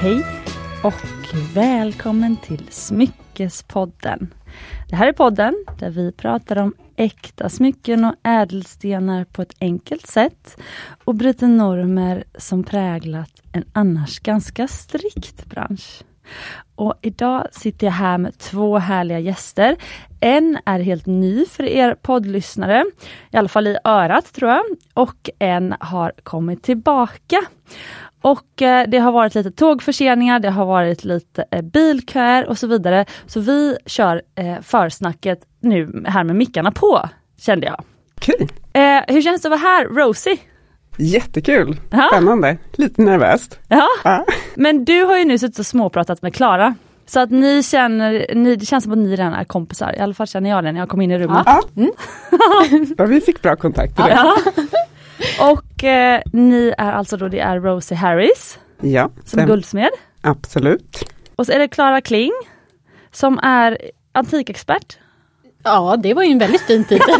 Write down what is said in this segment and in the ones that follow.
Hej och välkommen till Smyckespodden. Det här är podden där vi pratar om äkta smycken och ädelstenar på ett enkelt sätt och bryter normer som präglat en annars ganska strikt bransch. Och idag sitter jag här med 2 härliga gäster. En är helt ny för er poddlyssnare, i alla fall i örat tror jag. Och en har kommit tillbaka. Och det har varit lite tågförseningar, det har varit lite bilköer och så vidare. Så vi kör försnacket nu här med mickarna på, kände jag. Kul! Hur känns det att vara här, Rosie? Jättekul, spännande, lite nervöst. Ja. Men du har ju nu suttit och småpratat med Klara. Så att det känns som att ni redan är kompisar. I alla fall känner jag det när jag kom in i rummet. Ja, ja vi fick bra kontakt i det. Ja. Och ni är alltså då, det är Rosie Harris som guldsmed. Absolut. Och så är det Klara Kling som är antikexpert. Ja, det var ju en väldigt fin titel.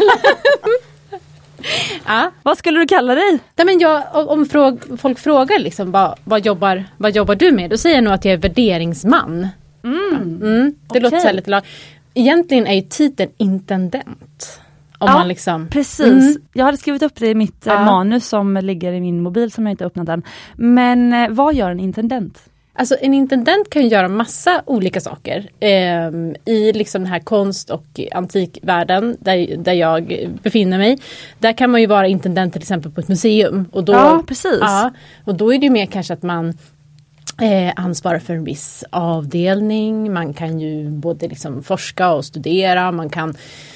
Ja. Vad skulle du kalla dig? Nej, men om folk frågar liksom, vad jobbar du med? Då säger jag nog att jag är värderingsman. Det låter så här lite lag. Egentligen är ju titeln intendent. Man liksom, precis. Jag hade skrivit upp det i mitt manus som ligger i min mobil som jag inte öppnat än. Men vad gör en intendent? Alltså en intendent kan ju göra massa olika saker i liksom den här konst- och antikvärlden där jag befinner mig. Där kan man ju vara intendent till exempel på ett museum. Och då, precis. Ja, och då är det ju mer kanske att man ansvarar för en viss avdelning. Man kan ju både liksom forska och studera. Man kan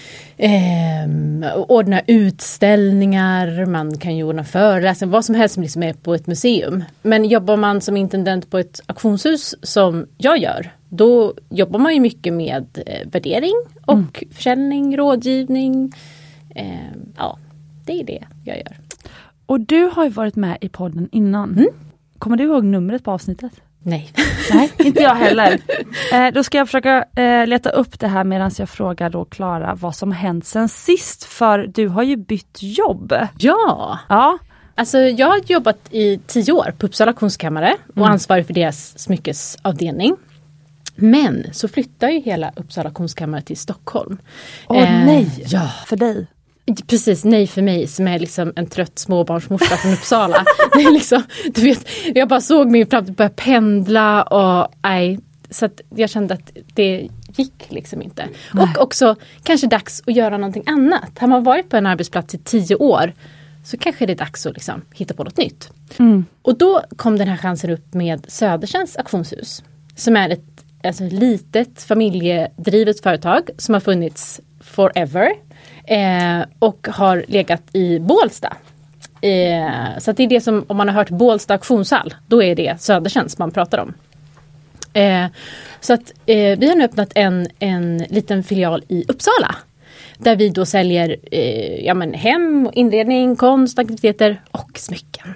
ordna utställningar, man kan ju ordna föreläsningar, vad som helst som liksom är på ett museum. Men jobbar man som intendent på ett auktionshus som jag gör, då jobbar man ju mycket med värdering och försäljning, rådgivning. Det är det jag gör. Och du har ju varit med i podden innan. Kommer du ihåg numret på avsnittet? Nej, inte jag heller. Då ska jag försöka leta upp det här medan jag frågar då Klara vad som hänt sen sist. För du har ju bytt jobb. Ja. Alltså jag har jobbat i 10 år på Uppsala auktionskammare och ansvarig för deras smyckesavdelning. Men så flyttar ju hela Uppsala auktionskammare till Stockholm. Nej, ja. För dig. Precis, nej för mig som är liksom en trött småbarnsmorsa från Uppsala. Det är liksom, du vet, jag bara såg min framtid börja pendla och så att jag kände att det gick liksom inte. Nej. Och också kanske dags att göra någonting annat. Har man varit på en arbetsplats i 10 år så kanske det är dags att liksom hitta på något nytt. Och då kom den här chansen upp med Södertjänst auktionshus som är ett litet familjedrivet företag som har funnits forever. Och har legat i Bålsta. Så att det är det som, om man har hört Bålsta auktionshall, då är det Södertjänst man pratar om. Så att vi har nu öppnat en liten filial i Uppsala. Där vi då säljer hem, inredning, konst, aktiviteter och smycken.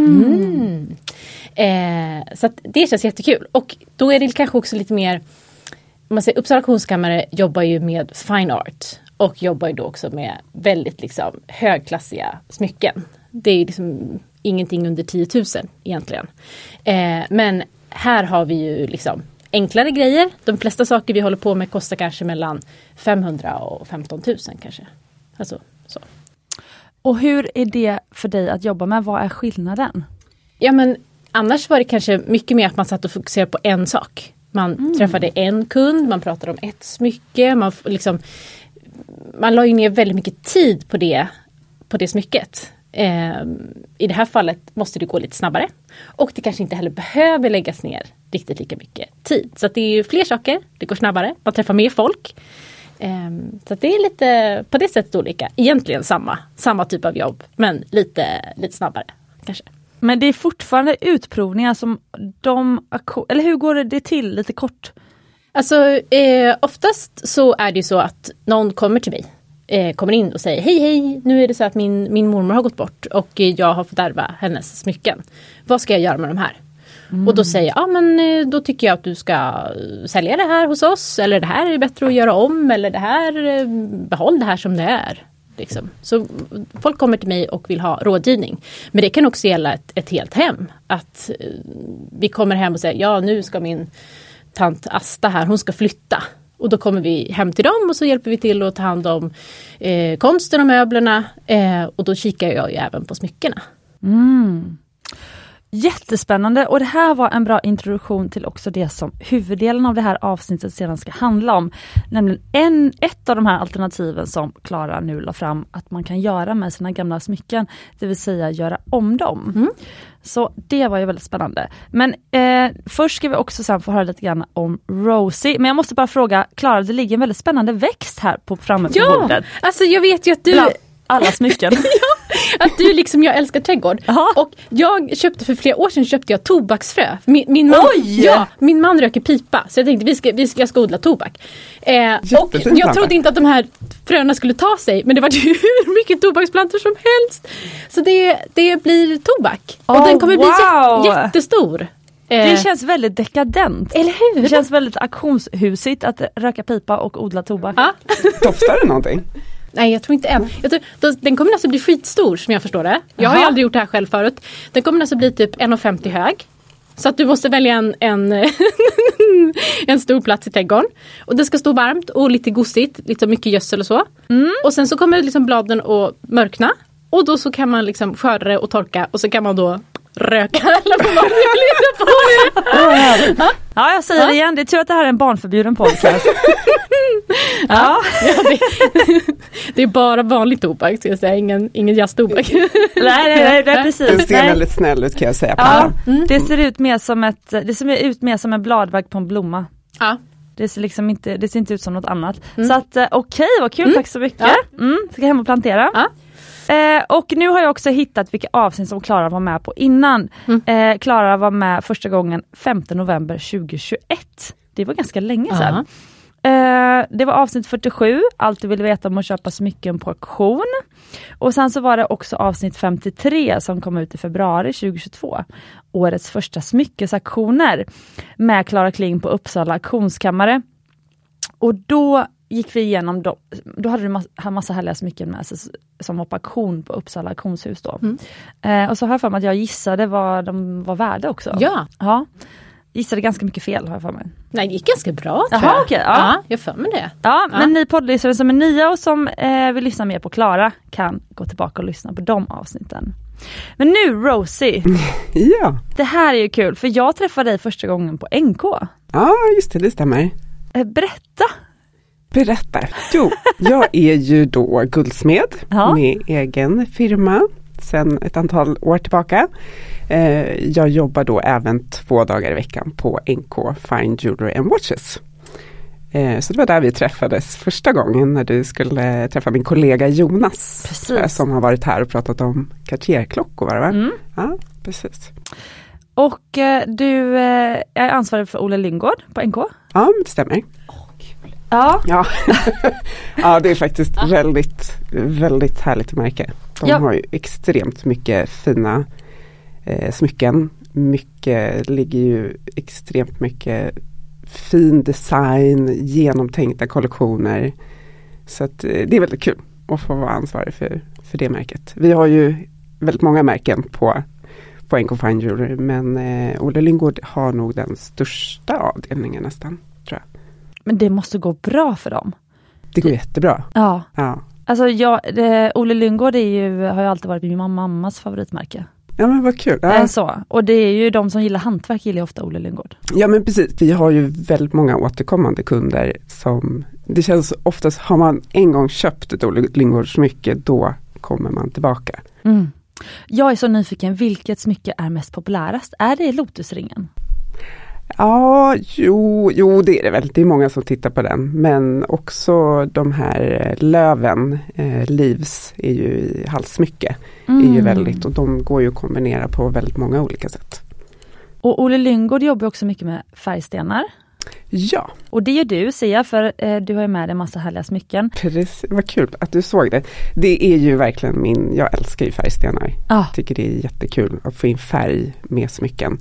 Så att det känns jättekul. Och då är det kanske också lite mer, om man säger Uppsala auktionskammare jobbar ju med fine art. Och jobbar ju då också med väldigt liksom högklassiga smycken. Det är liksom ingenting under 10 000 egentligen. Men här har vi ju liksom enklare grejer. De flesta saker vi håller på med kostar kanske mellan 500 och 15 000 kanske. Alltså så. Och hur är det för dig att jobba med? Vad är skillnaden? Ja men annars var det kanske mycket mer att man satt och fokuserade på en sak. Man träffade en kund, man pratade om ett smycke, man la ju ner väldigt mycket tid på det smycket. I det här fallet måste det gå lite snabbare. Och det kanske inte heller behöver läggas ner riktigt lika mycket tid. Så att det är ju fler saker, det går snabbare, man träffar mer folk. Så att det är lite på det sättet olika. Egentligen samma typ av jobb, men lite snabbare kanske. Men det är fortfarande utprovningar som eller hur går det till lite kort? Alltså oftast så är det ju så att någon kommer till mig. Kommer in och säger hej, nu är det så att min mormor har gått bort och jag har fått ärva hennes smycken. Vad ska jag göra med de här? Och då säger jag, men då tycker jag att du ska sälja det här hos oss. Eller det här är bättre att göra om. Eller det här, behåll det här som det är. Liksom. Så folk kommer till mig och vill ha rådgivning. Men det kan också gälla ett helt hem. Att vi kommer hem och säger, ja nu ska min tant Asta här, hon ska flytta. Och då kommer vi hem till dem och så hjälper vi till att ta hand om konsten och möblerna. Och då kikar jag ju även på smyckena. Jättespännande, och det här var en bra introduktion till också det som huvuddelen av det här avsnittet sedan ska handla om. Nämligen ett av de här alternativen som Klara nu la fram att man kan göra med sina gamla smycken, det vill säga göra om dem. Så det var ju väldigt spännande. Men först ska vi också sen få höra lite grann om Rosie. Men jag måste bara fråga, Klara, det ligger en väldigt spännande växt här framme på bordet. Alltså jag vet ju att du... Bland alla smycken. Att du liksom, jag älskar trädgård. Aha. Och jag köpte för flera år sedan tobaksfrö. Min man röker pipa. Så jag tänkte jag ska odla tobak. Och jag trodde inte att de här fröna skulle ta sig. Men det var ju hur mycket tobaksplantor som helst. Så det blir tobak. Och den kommer bli jättestor. Det känns väldigt dekadent. Eller hur? Det känns väldigt auktionshusigt att röka pipa och odla tobak. Ja. Doftar det någonting? Nej, jag tror inte än. Den kommer alltså bli skitstor som jag förstår det. Jag har ju aldrig gjort det här själv förut. Den kommer alltså bli typ 1,50 hög. Så att du måste välja en stor plats i trädgården. Och det ska stå varmt och lite gosigt. Lite mycket gödsel och så. Och sen så kommer liksom bladen att mörkna. Och då så kan man liksom skörda det och torka. Och så kan man då röka eller vad man vill på det. Ja, jag säger det igen. Det är tur att det här är en barnförbjuden podcast. Det är bara vanlig tobak, ska jag säga. Ingen jazztobak. Nej, precis. Den ser väldigt snäll ut, kan jag säga. Ja, det ser ut mer som en bladverk på en blomma. Ja. Det ser inte ut som något annat. Så att okej, vad kul. Tack så mycket. Ska jag hem och plantera. Ja. Och nu har jag också hittat vilka avsnitt som Klara var med på innan. Klara var med första gången 5 november 2021. Det var ganska länge sedan. Det var avsnitt 47, allt du vill veta om att köpa smycken på auktion. Och sen så var det också avsnitt 53 som kom ut i februari 2022. Årets första smyckesaktioner med Klara Kling på Uppsala auktionskammare. Och då gick vi igenom dem. Då hade du massa härliga smycken med sig som var på auktion på Uppsala auktionshus då. Och så har jag för mig att jag gissade vad de var värda också. Ja. Gissade ganska mycket fel, har jag för mig. Nej, det gick ganska bra. Jaha, okej. Ja, jag för mig det. Ja, men ni poddlyssnare som är nya och som vill lyssna mer på Klara kan gå tillbaka och lyssna på de avsnitten. Men nu, Rosie. Ja. Det här är ju kul, för jag träffade dig första gången på NK. Ja, just det stämmer. Berätta. Jo, jag är ju då guldsmed med egen firma sedan ett antal år tillbaka. Jag jobbar då även 2 dagar i veckan på NK Fine Jewelry and Watches. Så det var där vi träffades första gången när du skulle träffa min kollega Jonas. Precis. Som har varit här och pratat om Cartier-klockor, var det va? Ja, precis. Och du är ansvarig för Olle Lyngård på NK? Ja, det stämmer. Ja. Ja, det är faktiskt väldigt, väldigt härligt märke. De har ju extremt mycket fina smycken. Ligger ju extremt mycket fin design, genomtänkta kollektioner. Så att det är väldigt kul att få vara ansvarig för det märket. Vi har ju väldigt många märken på NK Fine Jewelry, men Olle Lyngård har nog den största avdelningen nästan, tror jag. Men det måste gå bra för dem. Det går jättebra. Ja. Alltså Olle Lyngård har ju alltid varit min mammas favoritmärke. Ja, men vad kul. Ja. Så. Och det är ju de som gillar hantverk gillar ofta Olle Lyngård. Ja, men precis. Vi har ju väldigt många återkommande kunder som, det känns oftast, har man en gång köpt ett Olle Lyngård smycke, då kommer man tillbaka. Jag är så nyfiken, vilket smycke är mest populärast? Är det Lotusringen? Ja, jo det är det väl. Det är många som tittar på den. Men också de här löven, livs, är ju i halssmycke. Är ju väldigt, och de går ju att kombinera på väldigt många olika sätt. Och Olle Lyngård jobbar också mycket med färgstenar. Ja. Och det gör du, ser jag, för du har ju med dig en massa härliga smycken. Precis, vad kul att du såg det. Det är ju verkligen jag älskar ju färgstenar. Tycker det är jättekul att få in färg med smycken.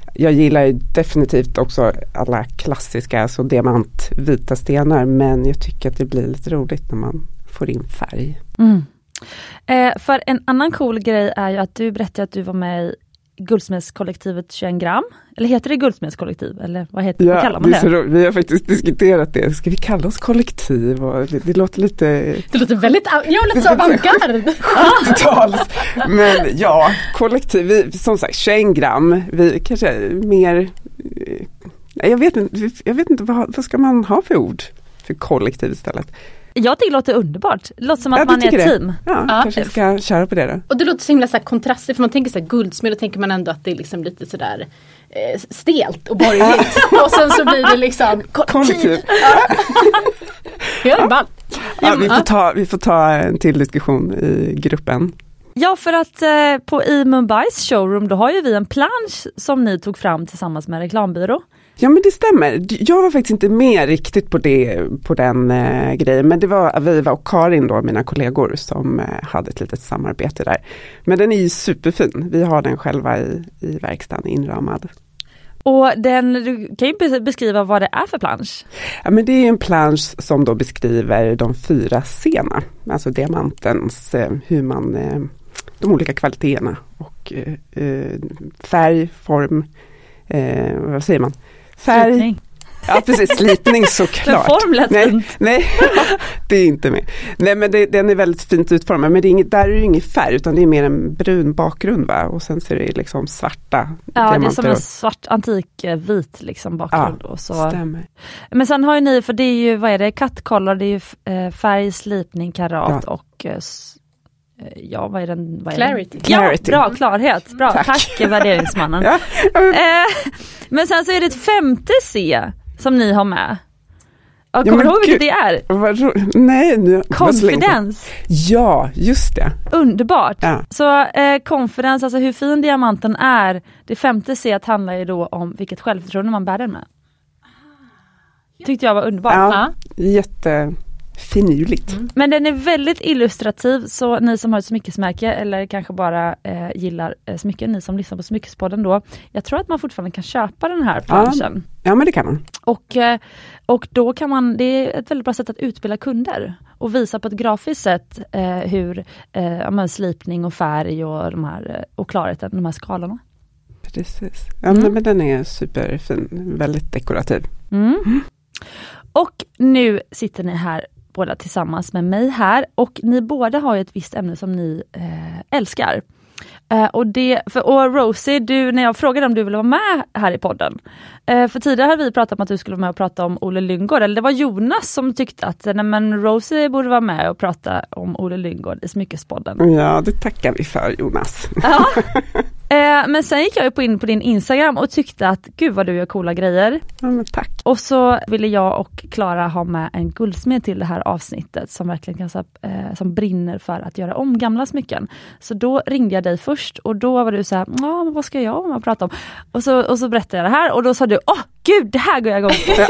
jag gillar ju definitivt också alla klassiska, alltså diamant, vita stenar, men jag tycker att det blir lite roligt när man får in färg. För en annan cool grej är ju att du berättade att du var med i Guldsmedskollektivet 21 gram. Eller heter det Guldsmedskollektiv? Eller vad kallar man det? Vi har faktiskt diskuterat det. Ska vi kalla oss kollektiv? Och det låter lite... Det låter väldigt... Jag låter så avantgarde. 70-tals. Men ja, kollektiv. Vi, som sagt, 21 gram. Vi kanske mer... Jag vet inte vad ska man ha för ord för kollektiv istället. Jag tycker det låter underbart. Det låter som att man är ett team. Ja, kanske ska köra på det då. Och det låter så himla så här kontrastigt, för man tänker så här guldsmed, då tänker man ändå att det är liksom lite sådär stelt och borgerligt. Och sen så blir det liksom kollektiv. Vi får ta en till diskussion i gruppen. Ja, för att i Mumbais showroom då har ju vi en plansch som ni tog fram tillsammans med en reklambyrå. Ja, men det stämmer. Jag var faktiskt inte med riktigt på den grejen, men det var Aviva och Karin då, mina kollegor, som hade ett litet samarbete där. Men den är ju superfin. Vi har den själva i verkstaden inramad. Och du kan ju beskriva vad det är för plansch. Ja, men det är en plansch som då beskriver de 4 C:na, alltså diamantens, hur man, de olika kvaliteterna och färg, form, vad säger man? Färg. Slipning. Ja, precis. Slipning såklart. Nej, det är inte med. Nej, men den är väldigt fint utformad. Men där är det ingen färg, utan det är mer en brun bakgrund, va? Och sen ser det liksom svarta. Ja, det är som en svart antik vit liksom bakgrund. Ja, och så. Stämmer. Men sen har ju ni, för det är ju, vad är det? Kattkollar, det är ju färg, slipning, karat och... Ja, vad är den? Clarity. Ja, bra, klarhet. Bra, tack värderingsmannen. Ja. Men sen så är det ett 5:e C som ni har med. Och kommer du ihåg vilket det är? Nej, nu. Confidence. Ja, just det. Underbart. Ja. Så confidence, alltså hur fin diamanten är, det 5:e C handlar ju då om vilket självförtroende man bär den med. Tyckte jag var underbart. Ja, jättefinurligt. Men den är väldigt illustrativ, så ni som har ett smyckesmärke eller kanske bara gillar smycken, ni som lyssnar på Smyckespodden då, jag tror att man fortfarande kan köpa den här planschen. Ja, men det kan man. Och då kan man, det är ett väldigt bra sätt att utbilda kunder och visa på ett grafiskt sätt hur slipning och färg och de här, och klarheten, de här skalorna. Precis. Ja, men den är superfin, väldigt dekorativ. Och nu sitter ni här båda tillsammans med mig här, och ni båda har ju ett visst ämne som ni älskar. Och Rosie, när jag frågade om du ville vara med här i podden, för tidigare hade vi pratat om att du skulle vara med och prata om Olle Lyngård, eller det var Jonas som tyckte att Rosie borde vara med och prata om Olle Lyngård i Smyckespodden. Ja, det tackar vi för, Jonas. Ja. Men sen gick jag in på din Instagram och tyckte att gud vad du gör coola grejer. Ja, men tack. Och så ville jag och Klara ha med en guldsmed till det här avsnittet som verkligen som brinner för att göra om gamla smycken. Så då ringde jag dig först och då var du så här, ja, men vad ska jag om att prata om? Och så berättade jag det här och då sa du, gud, det här går jag igång på.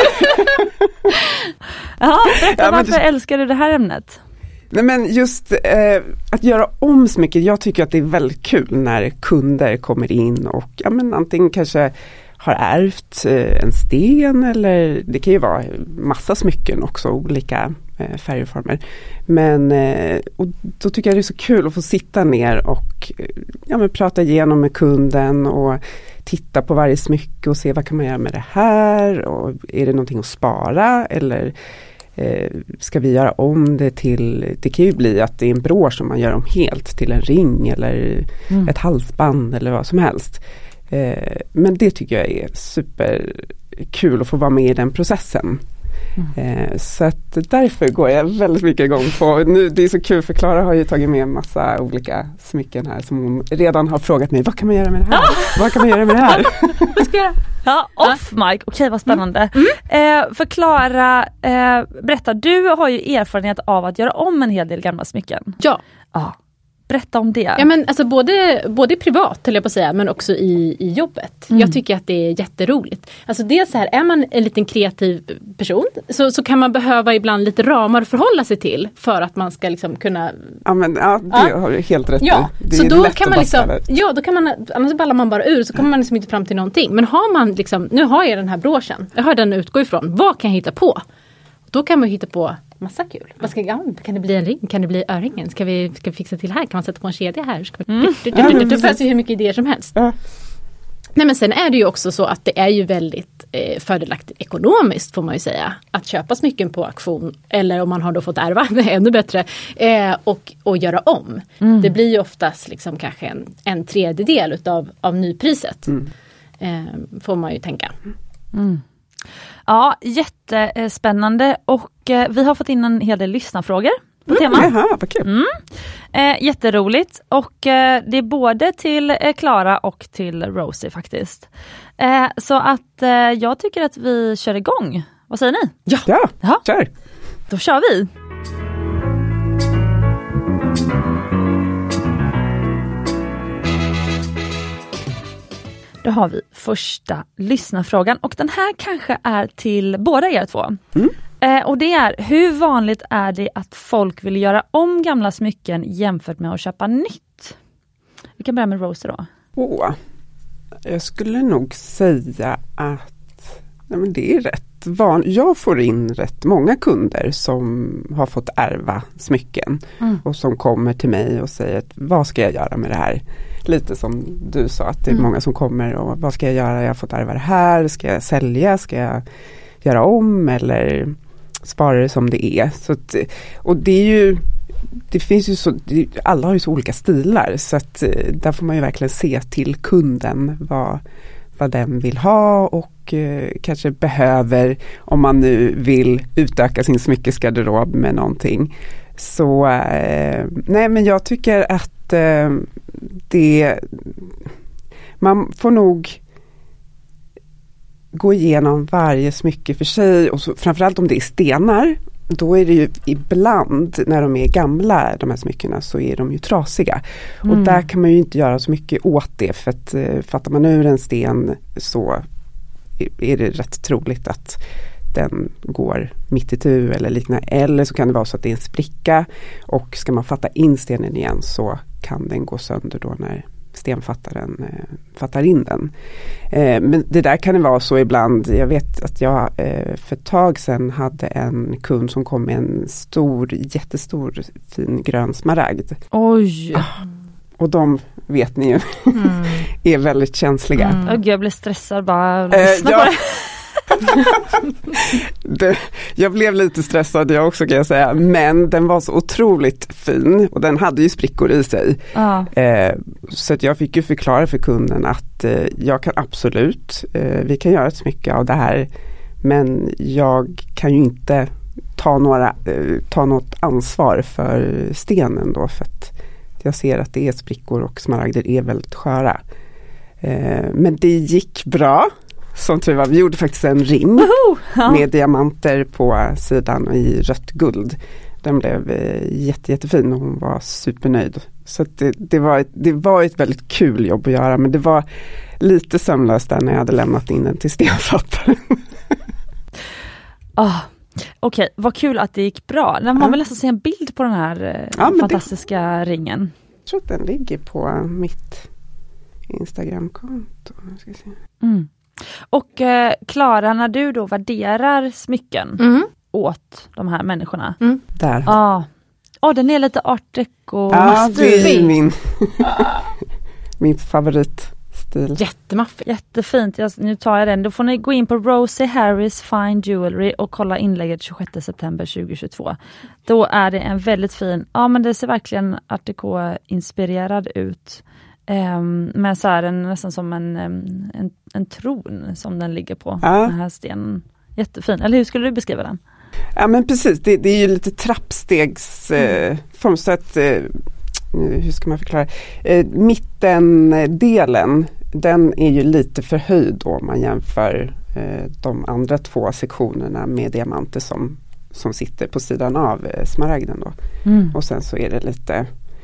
Berätta varför älskar du det här ämnet? Nej, men just att göra om smycket, jag tycker att det är väldigt kul när kunder kommer in och antingen kanske har ärvt en sten, eller det kan ju vara massa smycken också, olika färgformer. Men och då tycker jag det är så kul att få sitta ner och prata igenom med kunden och titta på varje smycke och se vad kan man göra med det här, och är det någonting att spara, eller ska vi göra om det till, det kan ju bli att det är en brosch som man gör om helt till en ring eller ett halsband eller vad som helst. Men det tycker jag är superkul att få vara med i den processen. Så att därför går jag väldigt mycket igång på. Nu, det är så kul, för Klara har ju tagit med en massa olika smycken här som hon redan har frågat mig, vad kan man göra med det här? Vad kan man göra med det här? Vad ska jag göra? Ja, off mic. Okej, vad spännande. För Klara, berätta, du har ju erfarenhet av att göra om en hel del gamla smycken. Ja. Berätta om det. Ja, men alltså både privat, höll jag på att säga, men också i jobbet. Jag tycker att det är jätteroligt. Alltså dels så här, är man en liten kreativ person så kan man behöva ibland lite ramar att förhålla sig till för att man ska liksom kunna... Ja, det har du helt rätt i. Det så är då lätt kan att man liksom, basta. då kan man, annars ballar man bara ur, så kommer man liksom inte fram till någonting. Men har man liksom, nu har jag den här broschen, jag har den att utgå ifrån, vad kan jag hitta på? Då kan man hitta på massa kul. Kan det bli en ring? Kan det bli öringen? Ska vi fixa till här? Kan man sätta på en kedja här? Det finns ju hur mycket idéer som helst. Nej, men sen är det ju också så att det är ju väldigt fördelaktigt ekonomiskt, får man ju säga, att köpa smycken på auktion, eller om man har då fått ärva, ännu bättre, och göra om. Det blir ju oftast liksom kanske en tredjedel av nypriset, får man ju tänka. Ja, jättespännande, och vi har fått in en hel del lyssnarfrågor på temat. Jaha, vad kul. Jätteroligt, och det är både till Klara och till Rosie faktiskt. Så att jag tycker att vi kör igång. Vad säger ni? Ja, kör. Då kör vi. Då har vi första lyssnarfrågan, och den här kanske är till båda er två. Och det är, hur vanligt är det att folk vill göra om gamla smycken jämfört med att köpa nytt? Vi kan börja med Rose då. Jag skulle nog säga att det är rätt vanligt. Jag får in rätt många kunder som har fått ärva smycken och som kommer till mig och säger att, vad ska jag göra med det här? Lite som du sa, att det är många som kommer och, vad ska jag göra? Jag har fått ärva det här. Ska jag sälja? Ska jag göra om? Eller spara det som det är? Så att, och det är ju, det finns ju så, alla har ju så olika stilar, så att där får man ju verkligen se till kunden vad den vill ha, och kanske behöver, om man nu vill utöka sin smyckesgarderob med någonting. Så nej, men jag tycker att man får nog gå igenom varje smycke för sig, och så, framförallt om det är stenar, då är det ju ibland, när de är gamla, de här smyckena, så är de ju trasiga. Och där kan man ju inte göra så mycket åt det, för att fattar man ur en sten så är det rätt troligt att den går mitt i tu eller liknande. Eller så kan det vara så att det är en spricka, och ska man fatta in stenen igen så kan den gå sönder då när stenfattaren fattar in den. Men det där kan det vara så ibland. Jag vet att jag för ett tag sedan hade en kund som kom med en jättestor fin grön smaragd. Oj! Och de, vet ni ju, är väldigt känsliga. Jag blev stressad bara lyssna på det. Jag blev lite stressad jag också, kan jag säga, men den var så otroligt fin, och den hade ju sprickor i sig. Så att jag fick ju förklara för kunden att jag kan absolut, vi kan göra ett smycke av det här, men jag kan ju inte ta något ansvar för stenen då, för att jag ser att det är sprickor och smaragder är väldigt sköra. Men det gick bra. Som tur var, vi gjorde faktiskt en ring med diamanter på sidan och i rött guld. Den blev jättefin, och hon var supernöjd. Så att det var ett väldigt kul jobb att göra, men det var lite sömnlöst där när jag hade lämnat in den till stenfattaren. Okej, vad kul att det gick bra. Man vill nästan se en bild på den här fantastiska ringen. Jag tror att den ligger på mitt Instagramkonto. Ska se. Och Klara, när du då värderar smycken åt de här människorna. Där. Den är lite art deco. Det är min favoritstil. Jättemaffig. Jättefint. Nu tar jag den. Då får ni gå in på Rosie Harris Fine Jewelry och kolla inlägget 26 september 2022. Då är det en väldigt fin, men det ser verkligen art deco-inspirerad ut. Med så här nästan som en tron som den ligger på, den här stenen. Jättefin. Eller hur skulle du beskriva den? Ja, men precis. Det är ju lite trappstegsform, så att hur ska man förklara? Mittendelen, den är ju lite förhöjd då, om man jämför de andra två sektionerna med diamanter som sitter på sidan av smaragden då. Och sen så är det lite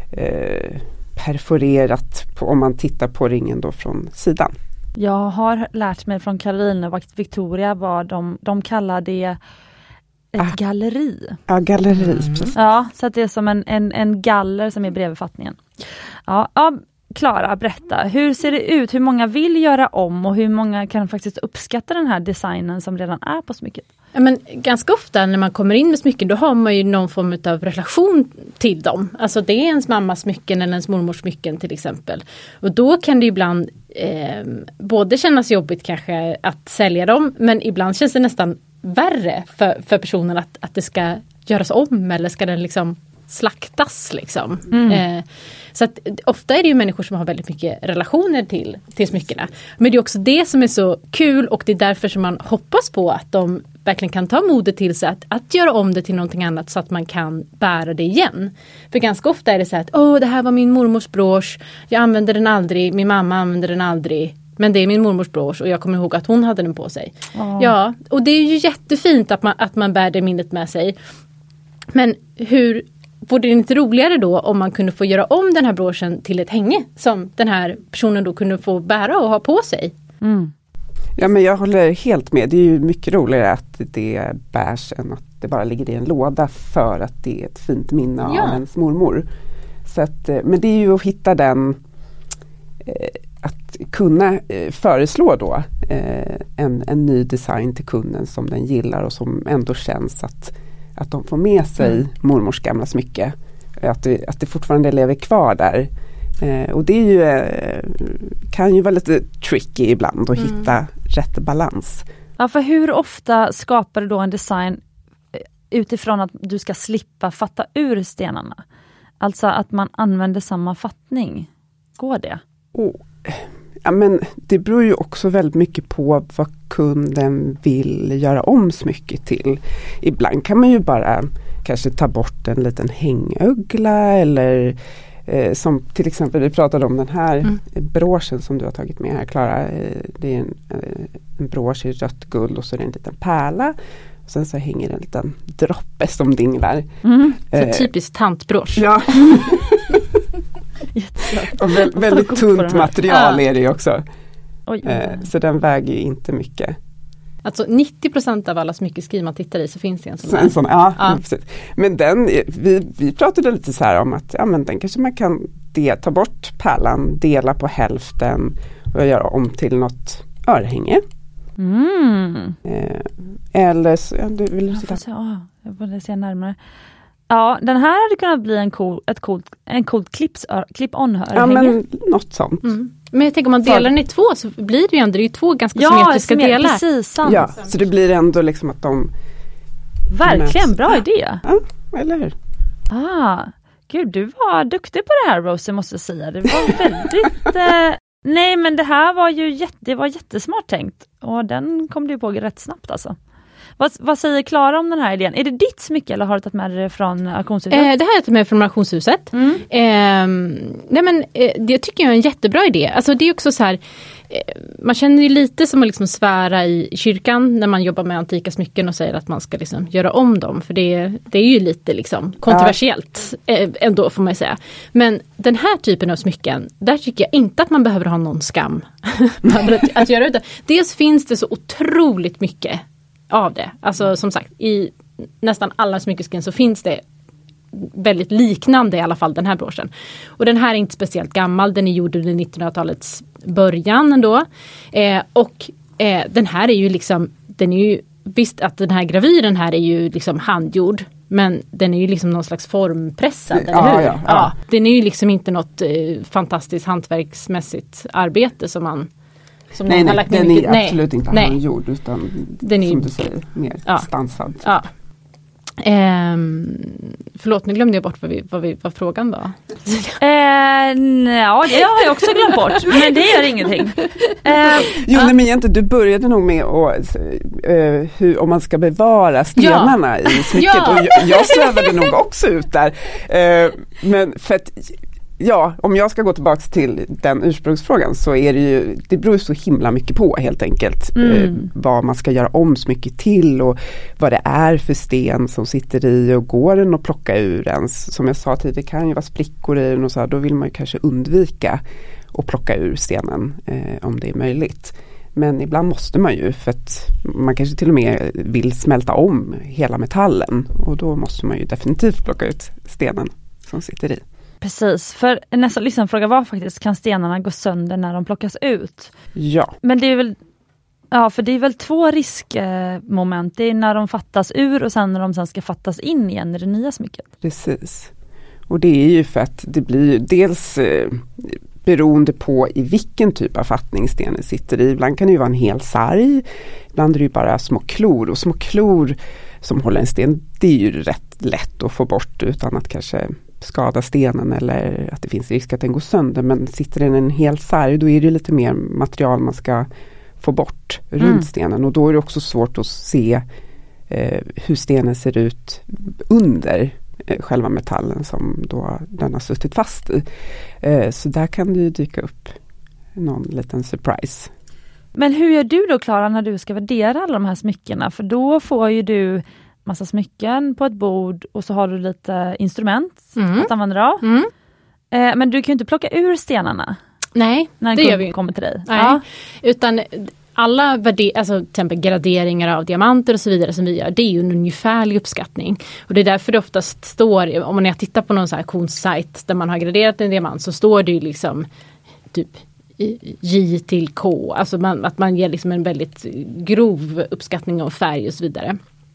perforerat om man tittar på ringen då från sidan. Jag har lärt mig från Caroline och Victoria vad de kallar det ett galleri. Ja, galleri. Precis. Ja, så att det är som en galler som är bredvid fattningen. Ja, Klara, berätta. Hur ser det ut? Hur många vill göra om och hur många kan faktiskt uppskatta den här designen som redan är på smycket? Ja, men ganska ofta när man kommer in med smycken då har man ju någon form av relation till dem. Alltså det är ens mammas smycken eller ens mormors smycken till exempel. Och då kan det ibland både kännas jobbigt kanske att sälja dem, men ibland känns det nästan värre för personen att det ska göras om eller ska den liksom slaktas liksom. Så att ofta är det ju människor som har väldigt mycket relationer till smyckena. Men det är också det som är så kul och det är därför som man hoppas på att de verkligen kan ta modet till sig att göra om det till någonting annat så att man kan bära det igen. För ganska ofta är det så här att det här var min mormors brosch, jag använde den aldrig, min mamma använde den aldrig. Men det är min mormors brosch och jag kommer ihåg att hon hade den på sig. Ja, och det är ju jättefint att man bär det minnet med sig. Men vore det inte roligare då om man kunde få göra om den här broschen till ett hänge som den här personen då kunde få bära och ha på sig? Ja, men jag håller helt med. Det är ju mycket roligare att det bärs än att det bara ligger i en låda för att det är ett fint minne av ens mormor. Så att, men det är ju att hitta den att kunna föreslå då en ny design till kunden som den gillar och som ändå känns att de får med sig mormors gamla smycke. Att det fortfarande lever kvar där. Och det är ju, kan ju vara lite tricky ibland att hitta rätt balans. Ja, för hur ofta skapar du då en design utifrån att du ska slippa fatta ur stenarna? Alltså att man använder samma fattning. Går det? Ja, men det beror ju också väldigt mycket på vad kunden vill göra om smycket till. Ibland kan man ju bara kanske ta bort en liten hängögla eller som till exempel vi pratade om den här broschen som du har tagit med här, Klara. Det är en brosch i rött guld och så är det en liten pärla. Och sen så hänger en liten droppe som dinglar. Så typiskt tantbrosch. Ja. Och väldigt tunt material är det ju också. Så den väger ju inte mycket. Alltså 90% av alla smyckeskriv man tittar i så finns det en sån. Precis. Men vi pratade lite så här om att men den kanske man kan ta bort pärlan, dela på hälften och göra om till något örhänge. Eller så, du vill jag borde se närmare. Ja, den här hade kunnat bli en cool clip-on-örhänge. Ja, men något sånt. Men jag tänker om man delar den i två så blir det ju ändå två ganska symmetriska delar. Precis, sant. Ja, så det blir ändå liksom att de... Verkligen, bra idé. Ja, eller hur? Gud, du var duktig på det här, Rosie, måste jag säga. Det var väldigt... nej, men det här var ju jättesmart tänkt. Och den kom du på rätt snabbt alltså. Vad säger Klara om den här idén? Är det ditt smycke eller har du tagit med det från auktionshuset? Det här har jag tagit med från auktionshuset. Det tycker jag är en jättebra idé. Alltså det är också så här, man känner ju lite som att liksom svära i kyrkan när man jobbar med antika smycken och säger att man ska liksom göra om dem. För det är ju lite liksom kontroversiellt ändå får man säga. Men den här typen av smycken, där tycker jag inte att man behöver ha någon skam att göra det. Dels finns det så otroligt mycket av det. Alltså som sagt, i nästan alla smyckesken så finns det väldigt liknande i alla fall den här broschen. Och den här är inte speciellt gammal. Den är gjord under 1900-talets början ändå. Den här är ju liksom, visst att den här gravyren här är ju liksom handgjord. Men den är ju liksom någon slags formpressad, eller hur? Ja. Den är ju liksom inte något fantastiskt hantverksmässigt arbete som man... Nej, den är absolut inte handgjord utan den är, som du säger, mer stansad. Ja. Förlåt, nu glömde jag bort vad frågan var. Ja, det har jag också glömt bort, men det gör ingenting. Men du började nog med om man ska bevara stenarna i smycket och jag svävade nog också ut där. Men för att Ja, om jag ska gå tillbaka till den ursprungsfrågan så är det beror så himla mycket på helt enkelt. Vad man ska göra om smycket till och vad det är för sten som sitter i och går den att plocka ur ens. Som jag sa tidigare, det kan ju vara sprickor i den och så här, då vill man ju kanske undvika att plocka ur stenen om det är möjligt. Men ibland måste man ju, för att man kanske till och med vill smälta om hela metallen och då måste man ju definitivt plocka ut stenen som sitter i. Precis, för nästa lyssnarfråga var faktiskt, kan stenarna gå sönder när de plockas ut? Ja. Men det är väl, för det är väl 2 riskmoment. Det är när de fattas ur och sen när de sen ska fattas in igen i det nya smycket. Precis. Och det är ju för att det blir ju dels beroende på i vilken typ av fattning stenen sitter i. Ibland kan det ju vara en hel sarg, ibland är det ju bara små klor. Och små klor som håller en sten, det är ju rätt lätt att få bort utan att kanske skada stenen eller att det finns risk att den går sönder. Men sitter den en hel sarg, då är det lite mer material man ska få bort runt stenen. Och då är det också svårt att se hur stenen ser ut under själva metallen som då den har suttit fast i. Så där kan det ju dyka upp någon liten surprise. Men hur gör du då, Klara, när du ska värdera alla de här smyckena? För då får ju du massa smycken på ett bord och så har du lite instrument att använda av. Men du kan ju inte plocka ur stenarna. Nej, när det gör vi kommer till dig. Nej, ja. Utan alla alltså till exempel graderingar av diamanter och så vidare som vi gör, det är ju en ungefärlig uppskattning. Och det är därför det oftast står, om man tittar på någon så här auktionssajt där man har graderat en diamant, så står det ju liksom typ J till K. Alltså att man ger liksom en väldigt grov uppskattning av färg och så vidare.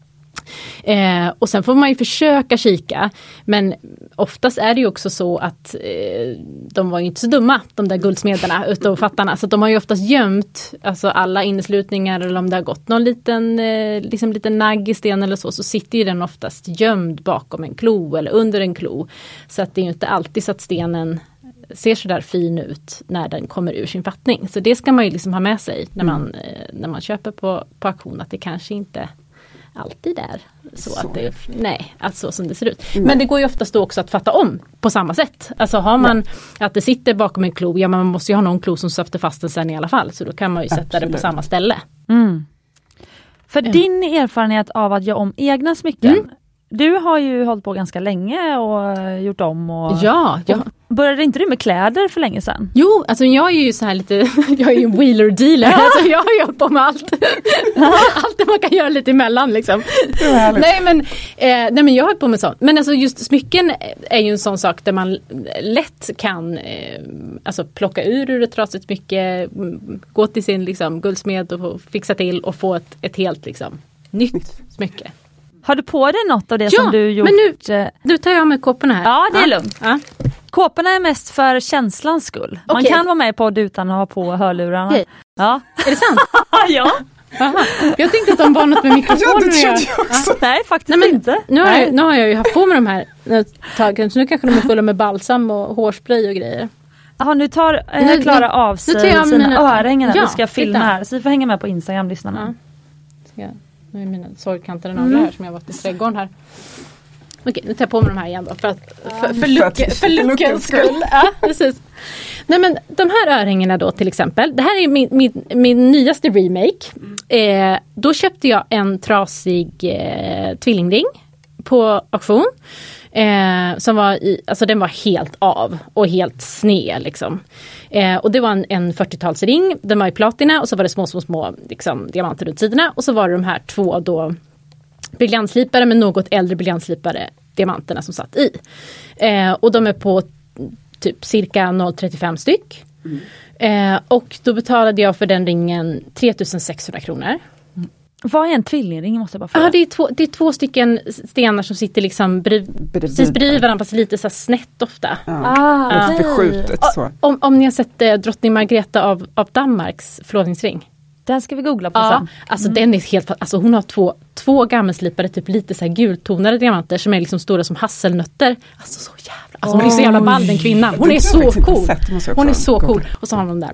Och sen får man ju försöka kika, men oftast är det ju också så att de var ju inte så dumma, de där guldsmederna utav fattarna, så att de har ju oftast gömt alltså alla inneslutningar, eller om det har gått någon liten nagg i sten eller så sitter ju den oftast gömd bakom en klo eller under en klo, så att det är ju inte alltid så att stenen ser så där fin ut när den kommer ur sin fattning. Så det ska man ju liksom ha med sig när man köper på auktion, att det kanske inte alltid är så att det alltså som det ser ut. Men det går ju oftast då också att fatta om på samma sätt. Alltså har man att det sitter bakom en klo, ja, man måste ju ha någon klo som sätter fast den sen i alla fall, så då kan man ju sätta det på samma ställe. För din erfarenhet av att göra om egna smycken, du har ju hållit på ganska länge och gjort om och... Ja. Började inte du med kläder för länge sedan? Jo, alltså jag är ju så här lite, jag är ju en wheeler dealer, alltså jag har gjort på med allt. Allt det man kan göra lite emellan liksom. Nej men jag har på med sånt. Men alltså just smycken är ju en sån sak där man lätt kan alltså plocka ur ett trasigt smycke, gå till sin liksom guldsmed och fixa till och få ett helt liksom nytt smycke. Har du på dig något av det som du gjort? Men nu tar jag med kåporna här. Ja, det är lugnt. Ja. Kåporna är mest för känslans skull. Man kan vara med i podd utan att ha på hörlurarna. Okay. Ja. Är det sant? Ja. Aha. Jag tänkte att de var något med mikrofonen att göra. Nej, faktiskt inte. Nu har jag ju haft på mig de här tagen, så nu kanske de är fulla med balsam och hårspray och grejer. Jaha, nu tar Klara av sig sina örhängen. Du ska filma här, så vi får hänga med på Instagram, lyssnarna. Ja. Nu är mina sorgkanter naglar här som jag varit i trädgården här. Okej, nu tar jag på mig de här igen då. För luckens skull. Ja, precis. Nej, men de här örhängena då till exempel. Det här är min nyaste remake. Då köpte jag en trasig tvillingring på auktion. Som var alltså den var helt av och helt sned liksom. Och det var en 40-talsring, den var i platina och så var det små liksom, diamanter runt sidorna, och så var det de här 2 då briljantslipare, men något äldre briljantslipare diamanterna som satt i. Och de är på typ cirka 0,35 styck. Och då betalade jag för den ringen 3600 kronor. Vad är en tvillingring, måste jag bara fråga? Ja, det är 2 stycken stenar som sitter liksom precis bredvid varandra, fast lite så här snett ofta. Lite förskjutet så. Om ni har sett drottning Margrethe av Danmarks förlovningsring. Den ska vi googla på sen. Alltså den är helt, alltså hon har två gammelslipare, typ lite så här gultonade diamanter som är liksom stora som hasselnötter. Alltså så jävla, alltså hon är så jävla ball, den kvinnan. Hon är så cool. Hon är så cool. Och så har de där.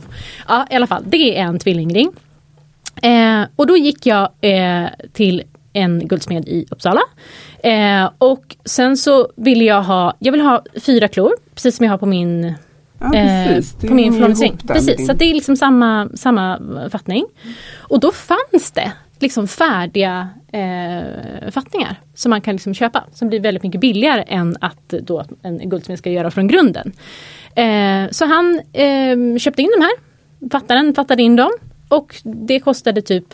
Ja, i alla fall, det är en tvillingring. Och då gick jag till en guldsmed i Uppsala. Och sen så vill jag ha 4 klor, precis som jag har på min på min flångsing. Precis, så det är liksom samma fattning. Och då fanns det liksom färdiga fattningar som man kan liksom köpa, som blir väldigt mycket billigare än att då en guldsmed ska göra från grunden. Så han köpte in de här, fattade in dem, och det kostade typ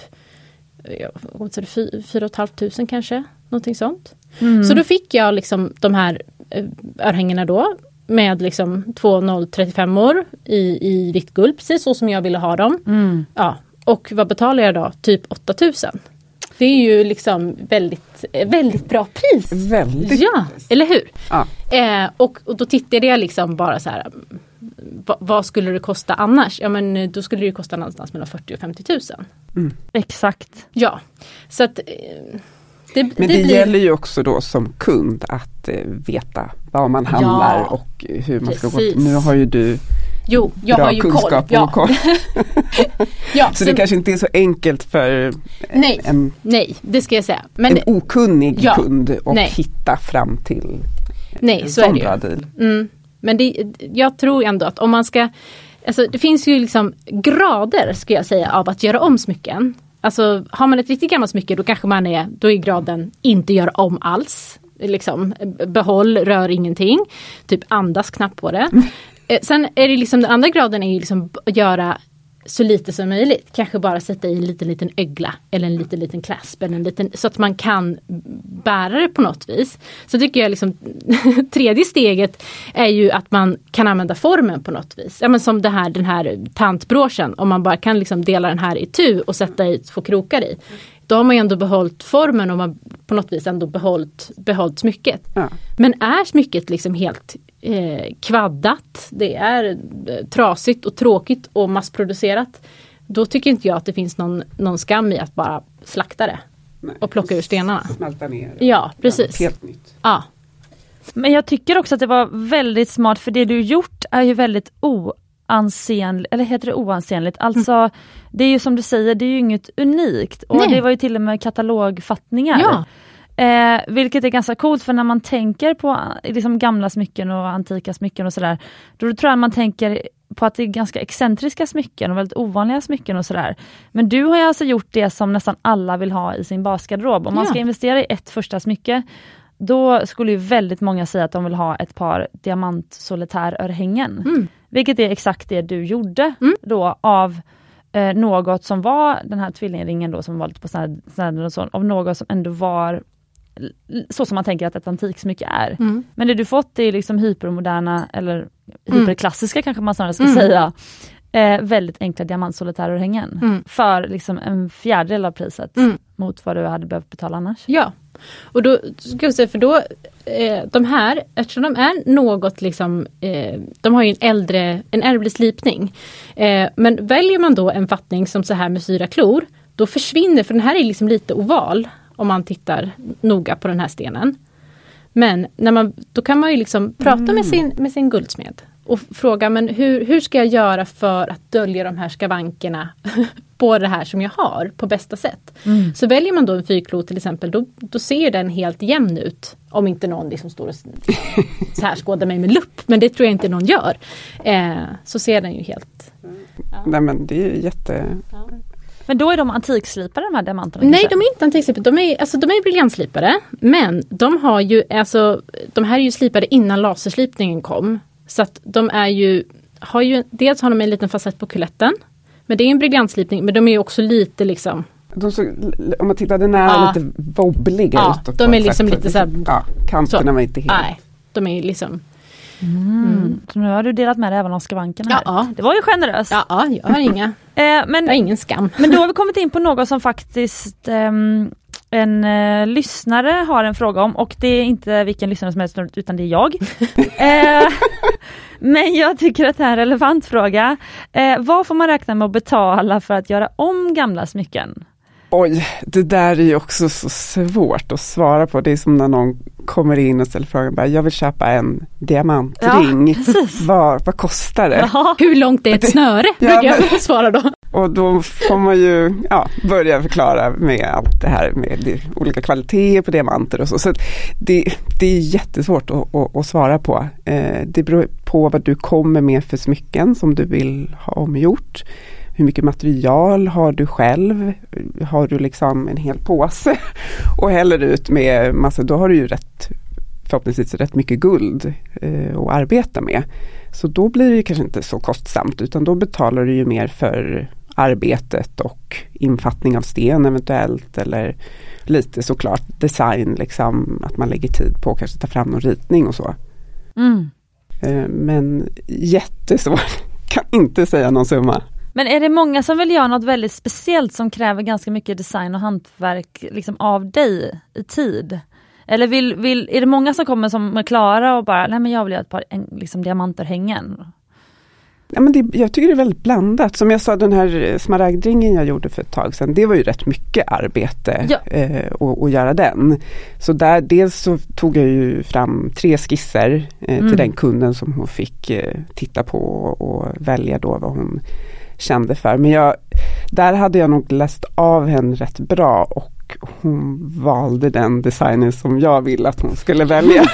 4 500 kanske, någonting sånt. Så då fick jag liksom de här örhängena då med liksom 2035 år i vitt guld, precis så som jag ville ha dem. Ja, och vad betalar jag då? Typ 8000. Det är ju liksom väldigt, väldigt bra pris. Väldigt. Ja, eller hur? Ja. Och då tittade jag liksom bara så här, vad skulle det kosta annars? Ja, men då skulle det kosta någonstans mellan 40 och 50 000. Exakt. Ja, så att men det gäller ju också då som kund att veta vad man handlar och hur man ska gå. Nu har ju du jag bra har ju kunskap koll. Så det kanske inte är så enkelt för Nej, det ska jag säga. Men en okunnig kund och hitta fram till en så sån är bra det deal. Men jag tror ändå att om man ska, alltså det finns ju liksom grader, ska jag säga, av att göra om smycken. Alltså har man ett riktigt gammalt smycke, då kanske då är graden inte göra om alls. Liksom, behåll, rör ingenting. Typ andas knappt på det. Sen är det liksom, den andra graden är ju liksom att göra så lite som möjligt. Kanske bara sätta i en liten ögla eller en liten clasp eller så att man kan bära det på något vis. Så tycker jag liksom tredje steget är ju att man kan använda formen på något vis. Ja, men som den här tantbroschen, om man bara kan liksom dela den här i tu och sätta i 2 krokar i. Då har man ju ändå behållit formen och man på något vis ändå behållit smycket. Ja. Men är smycket liksom helt kvaddat, det är trasigt och tråkigt och massproducerat, då tycker inte jag att det finns någon skam i att bara slakta det. Nej, och plocka ur stenarna. Smälta ner. Ja, precis. Helt nytt. Ja. Men jag tycker också att det var väldigt smart, för det du gjort är ju väldigt oansenligt, eller heter det oansenligt? Alltså, det är ju som du säger, det är ju inget unikt. Och det var ju till och med katalogfattningar. Ja. Vilket är ganska coolt, för när man tänker på liksom gamla smycken och antika smycken och sådär, då tror jag man tänker på att det är ganska excentriska smycken och väldigt ovanliga smycken och sådär. Men du har ju alltså gjort det som nästan alla vill ha i sin basgarderob. Om man ska investera i ett första smycke, då skulle ju väldigt många säga att de vill ha ett par diamantsolitärörhängen. Vilket är exakt det du gjorde då av något som var den här tvillingringen då, som var lite på snäden och så, av något som ändå var så som man tänker att ett antiksmycke är. Men det du fått är liksom hypermoderna, eller hyperklassiska kanske man snarare ska säga, väldigt enkla diamantsolitärörhängen för liksom en fjärdedel av priset mot vad du hade behövt betala annars. Ja, och då ska jag säga, för då de här, eftersom de är något liksom, de har ju en äldre slipning, men väljer man då en fattning som så här med 4 klor, då försvinner, för den här är liksom lite oval om man tittar noga på den här stenen. Men då kan man ju liksom prata med sin guldsmed och fråga, men hur ska jag göra för att dölja de här skavankerna på det här som jag har på bästa sätt? Så väljer man då en 4-klo till exempel, då ser den helt jämn ut, om inte någon liksom står och så här skådar mig med lupp, men det tror jag inte någon gör. Så ser den ju helt... Ja. Nej, men det är ju Ja. Men då är de antikslipade, de här diamanterna? Nej, de är inte antikslipade. De är briljantslipade. Men de har ju, alltså, de här är ju slipade innan laserslipningen kom. Så att de är ju, dels har de en liten facett på kuletten. Men det är en briljantslipning, men de är ju också lite liksom... Om man tittar nära lite wobbliga utåt. De är liksom lite så här... Ja, kanterna var inte helt... Nej, de är liksom... Så nu har du delat med dig även av skavankerna här. Ja. Det var ju generöst. Ja, jag har jag har ingen skam. Men då har vi kommit in på något som faktiskt en lyssnare har en fråga om. Och det är inte vilken lyssnare som helst, utan det är jag. Men jag tycker att det är en relevant fråga. Vad får man räkna med att betala för att göra om gamla smycken? Oj, det där är ju också så svårt att svara på. Det är som när någon kommer in och ställer frågan, jag vill köpa en diamantring. Ja, vad kostar det? Jaha. Hur långt är ett snöre? Brukar jag svara då. Och då får man ju börja förklara med allt det här med olika kvaliteter på diamanter och så. Så det är jättesvårt att svara på. Det beror på vad du kommer med för smycken som du vill ha omgjort. Hur mycket material har du själv? Har du liksom en hel påse och häller ut med massa, då har du ju förhoppningsvis rätt mycket guld att arbeta med. Så då blir det ju kanske inte så kostsamt, utan då betalar du ju mer för arbetet och infattning av sten eventuellt, eller lite såklart design, liksom att man lägger tid på att kanske ta fram någon ritning och så. Men jättesvårt, kan inte säga någon summa. Men är det många som vill göra något väldigt speciellt som kräver ganska mycket design och hantverk liksom av dig i tid? Eller är det många som kommer som är klara och bara, nej men jag vill göra ett par liksom diamanterhängen? Ja, men jag tycker det är väldigt blandat. Som jag sa, den här smaragdringen jag gjorde för ett tag sedan, det var ju rätt mycket arbete att göra den. Så där, dels så tog jag ju fram 3 skisser till den kunden som hon fick titta på och välja då vad hon kände för. Men där hade jag nog läst av henne rätt bra och hon valde den designen som jag ville att hon skulle välja.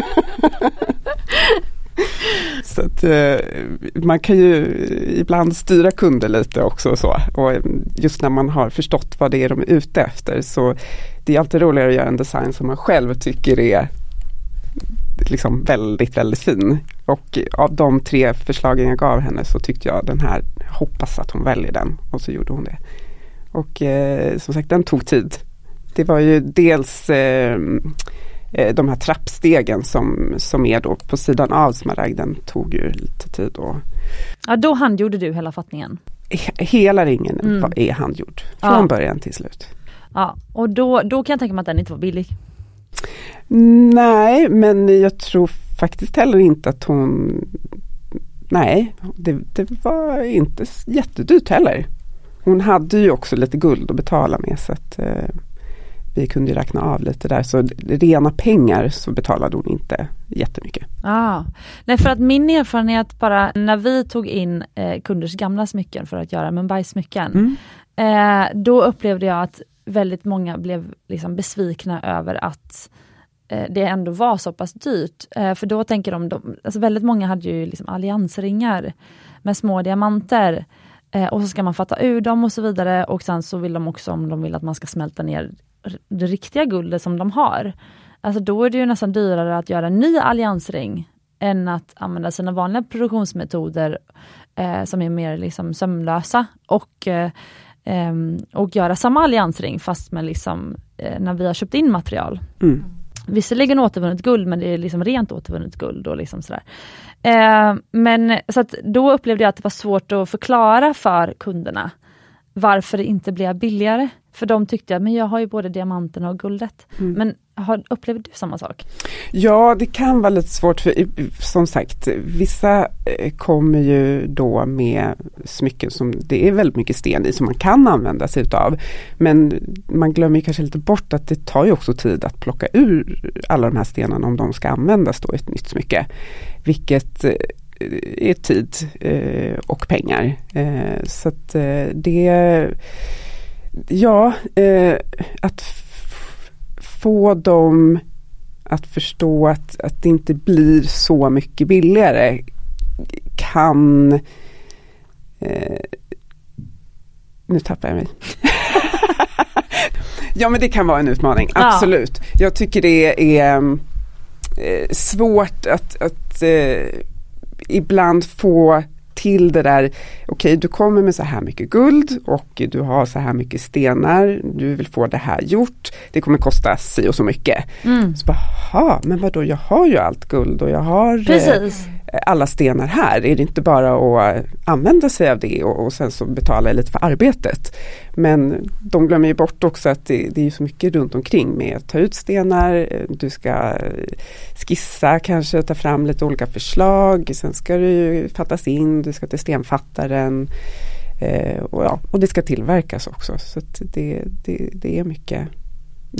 Så att man kan ju ibland styra kunder lite också och så. Och just när man har förstått vad det är de är ute efter, så det är alltid roligare att göra en design som man själv tycker är liksom väldigt, väldigt fin. Och av de 3 förslagen jag gav henne så tyckte jag den här, hoppas att hon väljer den. Och så gjorde hon det. Och som sagt, den tog tid. Det var ju dels de här trappstegen som är då på sidan av smaragden, tog ju lite tid. Ja, då handgjorde du hela fattningen? Hela ringen är handgjord. Från början till slut. Ja, och då kan jag tänka mig att den inte var billig. Nej, men jag tror faktiskt heller inte att hon... Nej, det var inte jättedyrt heller. Hon hade ju också lite guld att betala med, så att vi kunde ju räkna av lite där. Så rena pengar så betalade hon inte jättemycket. Nej, för att min erfarenhet bara när vi tog in kunders gamla smycken för att göra Mumbai-smycken, då upplevde jag att väldigt många blev liksom besvikna över att det ändå var så pass dyrt. För då tänker de alltså väldigt många hade ju liksom alliansringar med små diamanter. Och så ska man fatta ur dem och så vidare. Och sen så vill de också, om de vill att man ska smälta ner det riktiga guldet som de har. Alltså då är det ju nästan dyrare att göra en ny alliansring än att använda sina vanliga produktionsmetoder som är mer liksom sömlösa. Och göra samma alliansring fast med liksom, när vi har köpt in material. Visserligen återvunnet guld, men det är liksom rent återvunnet guld och liksom sådär. Men så att då upplevde jag att det var svårt att förklara för kunderna varför det inte blev billigare. För de tyckte att men jag har ju både diamanterna och guldet. Men upplever du samma sak? Ja, det kan vara lite svårt, för som sagt, vissa kommer ju då med smycken som det är väldigt mycket sten i som man kan använda sig utav. Men man glömmer ju kanske lite bort att det tar ju också tid att plocka ur alla de här stenarna om de ska användas då i ett nytt smycke. Vilket är tid och pengar. Så att det... Ja, att få dem att förstå att det inte blir så mycket billigare kan... nu tappar jag mig. Ja, men det kan vara en utmaning, absolut. Jag tycker det är svårt att ibland få till det där, okej, du kommer med så här mycket guld och du har så här mycket stenar, du vill få det här gjort, det kommer kosta si och så mycket. Så bara, men vadå, jag har ju allt guld och jag har alla stenar här, är det inte bara att använda sig av det och sen så betala lite för arbetet. Men de glömmer ju bort också att det är så mycket runt omkring med att ta ut stenar, du ska skissa, kanske ta fram lite olika förslag, sen ska du ju fattas in, du ska till stenfattaren och det ska tillverkas också. Så att det är mycket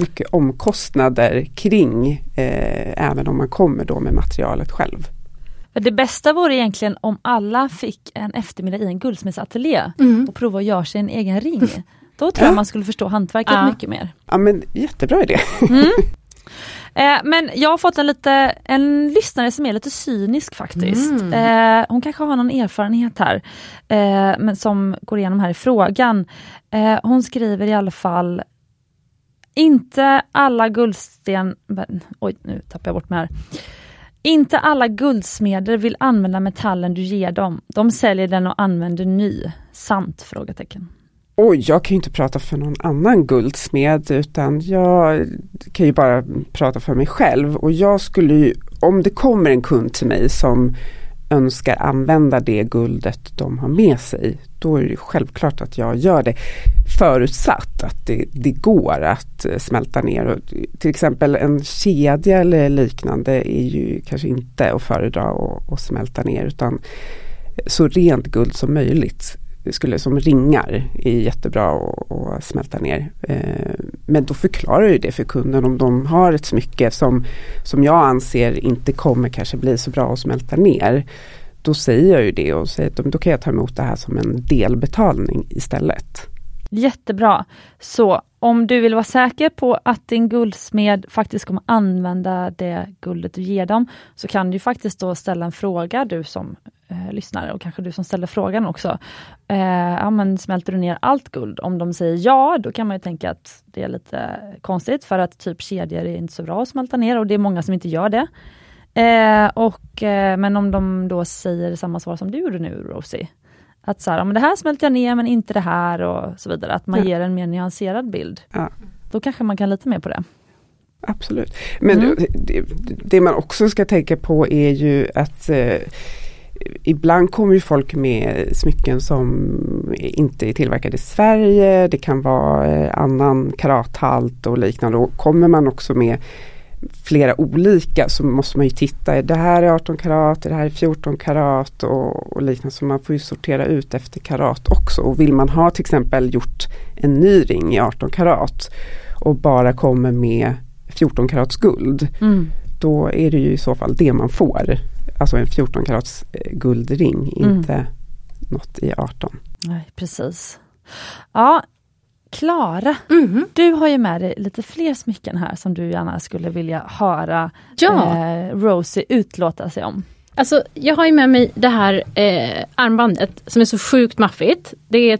omkostnader kring även om man kommer då med materialet själv. Det bästa vore egentligen om alla fick en eftermiddag i en guldsmedsateljé och prova att göra sig en egen ring. Då tror jag man skulle förstå hantverket mycket mer. Ja, men jättebra idé. Men jag har fått en lyssnare som är lite cynisk faktiskt. Hon kanske har någon erfarenhet här, men som går igenom här i frågan. Hon skriver i alla fall: inte alla nu tappar jag bort mig här. Inte alla guldsmeder vill använda metallen du ger dem. De säljer den och använder ny. Sant? Frågetecken. Jag kan ju inte prata för någon annan guldsmed, utan jag kan ju bara prata för mig själv. Och jag skulle ju, om det kommer en kund till mig som önskar använda det guldet de har med sig, då är det självklart att jag gör det, förutsatt att det går att smälta ner. Och till exempel en kedja eller liknande är ju kanske inte att föredra att smälta ner, utan så rent guld som möjligt. Som ringar är jättebra att smälta ner. Men då förklarar ju det för kunden om de har ett smycke som jag anser inte kommer kanske bli så bra att smälta ner. Då säger jag ju det och säger att då kan jag ta emot det här som en delbetalning istället. Jättebra. Så om du vill vara säker på att din guldsmed faktiskt kommer använda det guldet du ger dem, så kan du faktiskt då ställa en fråga, du som lyssnare, och kanske du som ställer frågan också. Men smälter du ner allt guld? Om de säger ja, då kan man ju tänka att det är lite konstigt, för att typ kedjor är inte så bra att smälta ner, och det är många som inte gör det. Men om de då säger samma svar som du gjorde nu, Rosie, att så här, men det här smälter jag ner men inte det här, och så vidare, att man ger en mer nyanserad bild. Då kanske man kan lite mer på det. Absolut. Men det man också ska tänka på är ju att ibland kommer ju folk med smycken som inte är tillverkade i Sverige. Det kan vara annan karathalt och liknande. Och kommer man också med flera olika, så måste man ju titta. Det här är 18 karat, det här är 14 karat och liknande. Så man får ju sortera ut efter karat också. Och vill man ha till exempel gjort en ny ring i 18 karat och bara kommer med 14 karats guld, då är det ju i så fall det man får. Alltså en 14 karats guldring, inte något i 18. Nej, precis. Ja, Klara, du har ju med dig lite fler smycken här som du gärna skulle vilja höra Rosie utlåta sig om. Alltså, jag har ju med mig det här armbandet som är så sjukt maffigt. Det är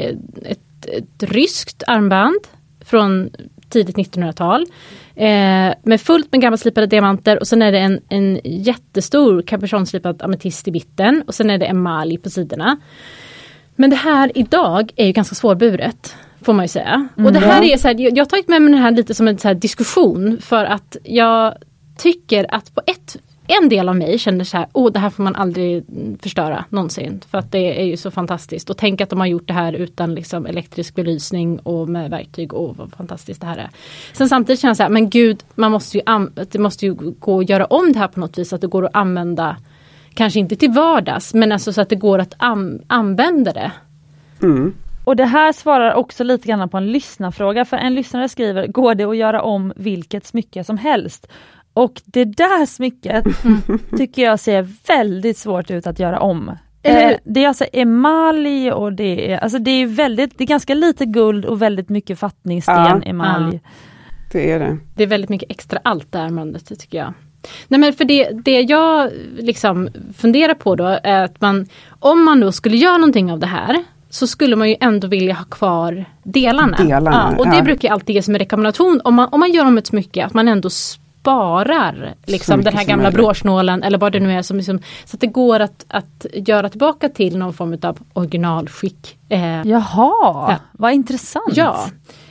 ett ryskt armband från tidigt 1900-tal. Med fullt med gammalslipade diamanter, och sen är det en jättestor capuchonslipad ametist i mitten, och sen är det emalj på sidorna. Men det här idag är ju ganska svårburet, får man ju säga. Och det här är så här, jag har tagit med mig det här lite som en så här diskussion, för att jag tycker att på en del av mig känner så här, det här får man aldrig förstöra någonsin, för att det är ju så fantastiskt. Och tänk att de har gjort det här utan liksom elektrisk belysning och med verktyg, vad fantastiskt det här är. Sen samtidigt känner jag så här, men gud, det måste ju gå att göra om det här på något vis, så att det går att använda, kanske inte till vardags, men alltså så att det går att använda det. Och det här svarar också lite grann på en lyssnarfråga, för en lyssnare skriver: går det att göra om vilket smycke som helst? Och det där smycket tycker jag ser väldigt svårt ut att göra om. Det är alltså emalj, och det är ganska lite guld och väldigt mycket fattningssten emalj. Det är det. Det är väldigt mycket extra allt där, armbandet, tycker jag. Nej, men för det jag liksom funderar på då är att om man då skulle göra någonting av det här, så skulle man ju ändå vilja ha kvar delarna. Och det brukar jag alltid ge som en rekommendation om man gör om ett smycke, att man ändå sparar liksom den här gamla bråsnålen eller vad det nu är, som liksom, så att det går att göra tillbaka till någon form av originalskick. Jaha, vad intressant. Ja.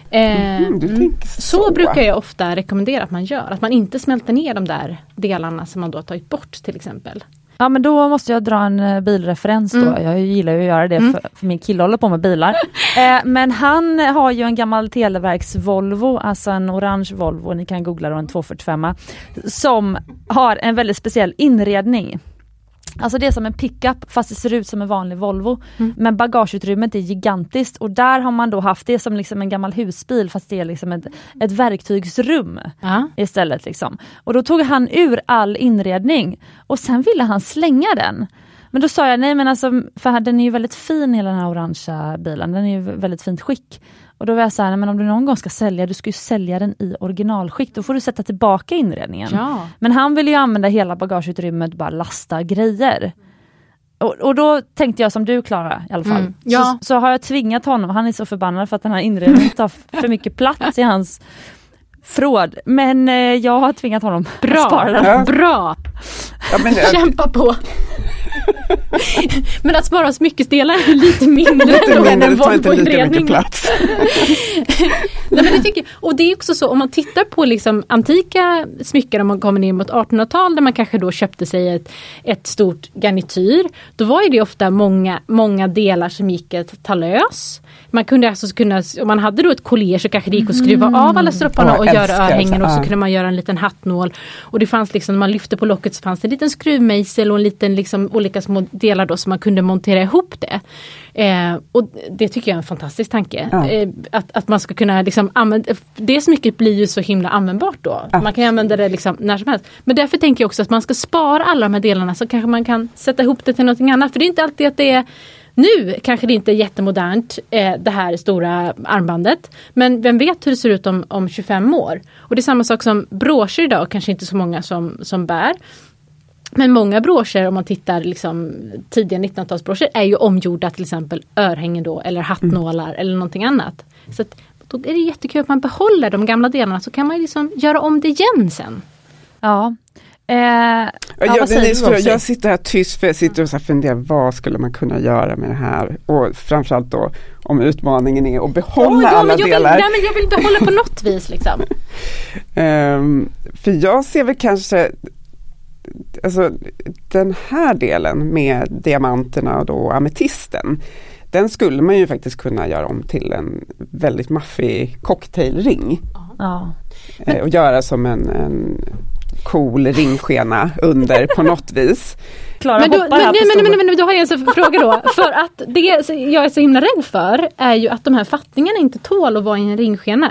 Så brukar jag ofta rekommendera att man gör. Att man inte smälter ner de där delarna som man då har tagit bort, till exempel. Ja, men då måste jag dra en bilreferens då. Jag gillar ju att göra det för min kille håller på med bilar. Men han har ju en gammal Televerks Volvo, alltså en orange Volvo, ni kan googla då, en 245, som har en väldigt speciell inredning. Alltså det är som en pickup fast det ser ut som en vanlig Volvo. Men bagageutrymmet är gigantiskt och där har man då haft det som liksom en gammal husbil fast det är liksom ett verktygsrum istället liksom. Och då tog han ur all inredning och sen ville han slänga den. Men då sa jag nej men alltså, för den är ju väldigt fin hela den här orangea bilen. Den är ju väldigt fint skick. Och då var jag så här, men om du någon gång ska sälja, du ska ju sälja den i originalskick. Då får du sätta tillbaka inredningen. Ja. Men han vill ju använda hela bagageutrymmet och bara lasta grejer. Och då tänkte jag som du, Klara, i alla fall. Så har jag tvingat honom, han är så förbannad för att den här inredningen tar för mycket plats i hans förråd. Men jag har tvingat honom att spara den. Ja. Bra! Ja, men, kämpa på! Men att spara smyckesdelar är lite mindre än en Volvo-inredning. Nej, men det tycker jag. Och det är också så, om man tittar på liksom antika smycken, om man kommer ner mot 1800-tal där man kanske då köpte sig ett stort garnityr, då var ju det ofta många delar som gick att ta lös. Man kunde alltså om man hade då ett collier så kanske det gick att skruva av alla stropparna och göra örhängen och så kunde man göra en liten hattnål. Och det fanns liksom, när man lyfte på locket så fanns det en liten skruvmejsel och en liten liksom olika små delar då som man kunde montera ihop det. Och det tycker jag är en fantastisk tanke. Att man ska kunna liksom använda, det smycket blir ju så himla användbart då. Man kan använda det liksom när som helst. Men därför tänker jag också att man ska spara alla de här delarna så kanske man kan sätta ihop det till någonting annat. För det är inte alltid att det är nu kanske det inte är jättemodernt det här stora armbandet. Men vem vet hur det ser ut om 25 år. Och det är samma sak som broscher idag. Kanske inte så många som bär. Men många broscher, om man tittar liksom tidiga 1900-talsbroscher, är ju omgjorda till exempel örhängen då. Eller hattnålar eller någonting annat. Så att, då är det jättekul att man behåller de gamla delarna. Så kan man ju liksom göra om det igen sen. Ja. Jag sitter här tyst för jag sitter och så funderar vad skulle man kunna göra med det här och framförallt då om utmaningen är att behålla alla delar. Jag vill behålla på något vis liksom. För jag ser väl kanske alltså den här delen med diamanterna och då ametisten, den skulle man ju faktiskt kunna göra om till en väldigt maffig cocktailring. Och göra som en cool ringskena under på något vis. Men då har jag en fråga då. För att det jag är så himla rädd för är ju att de här fattningarna inte tål att vara i en ringskena.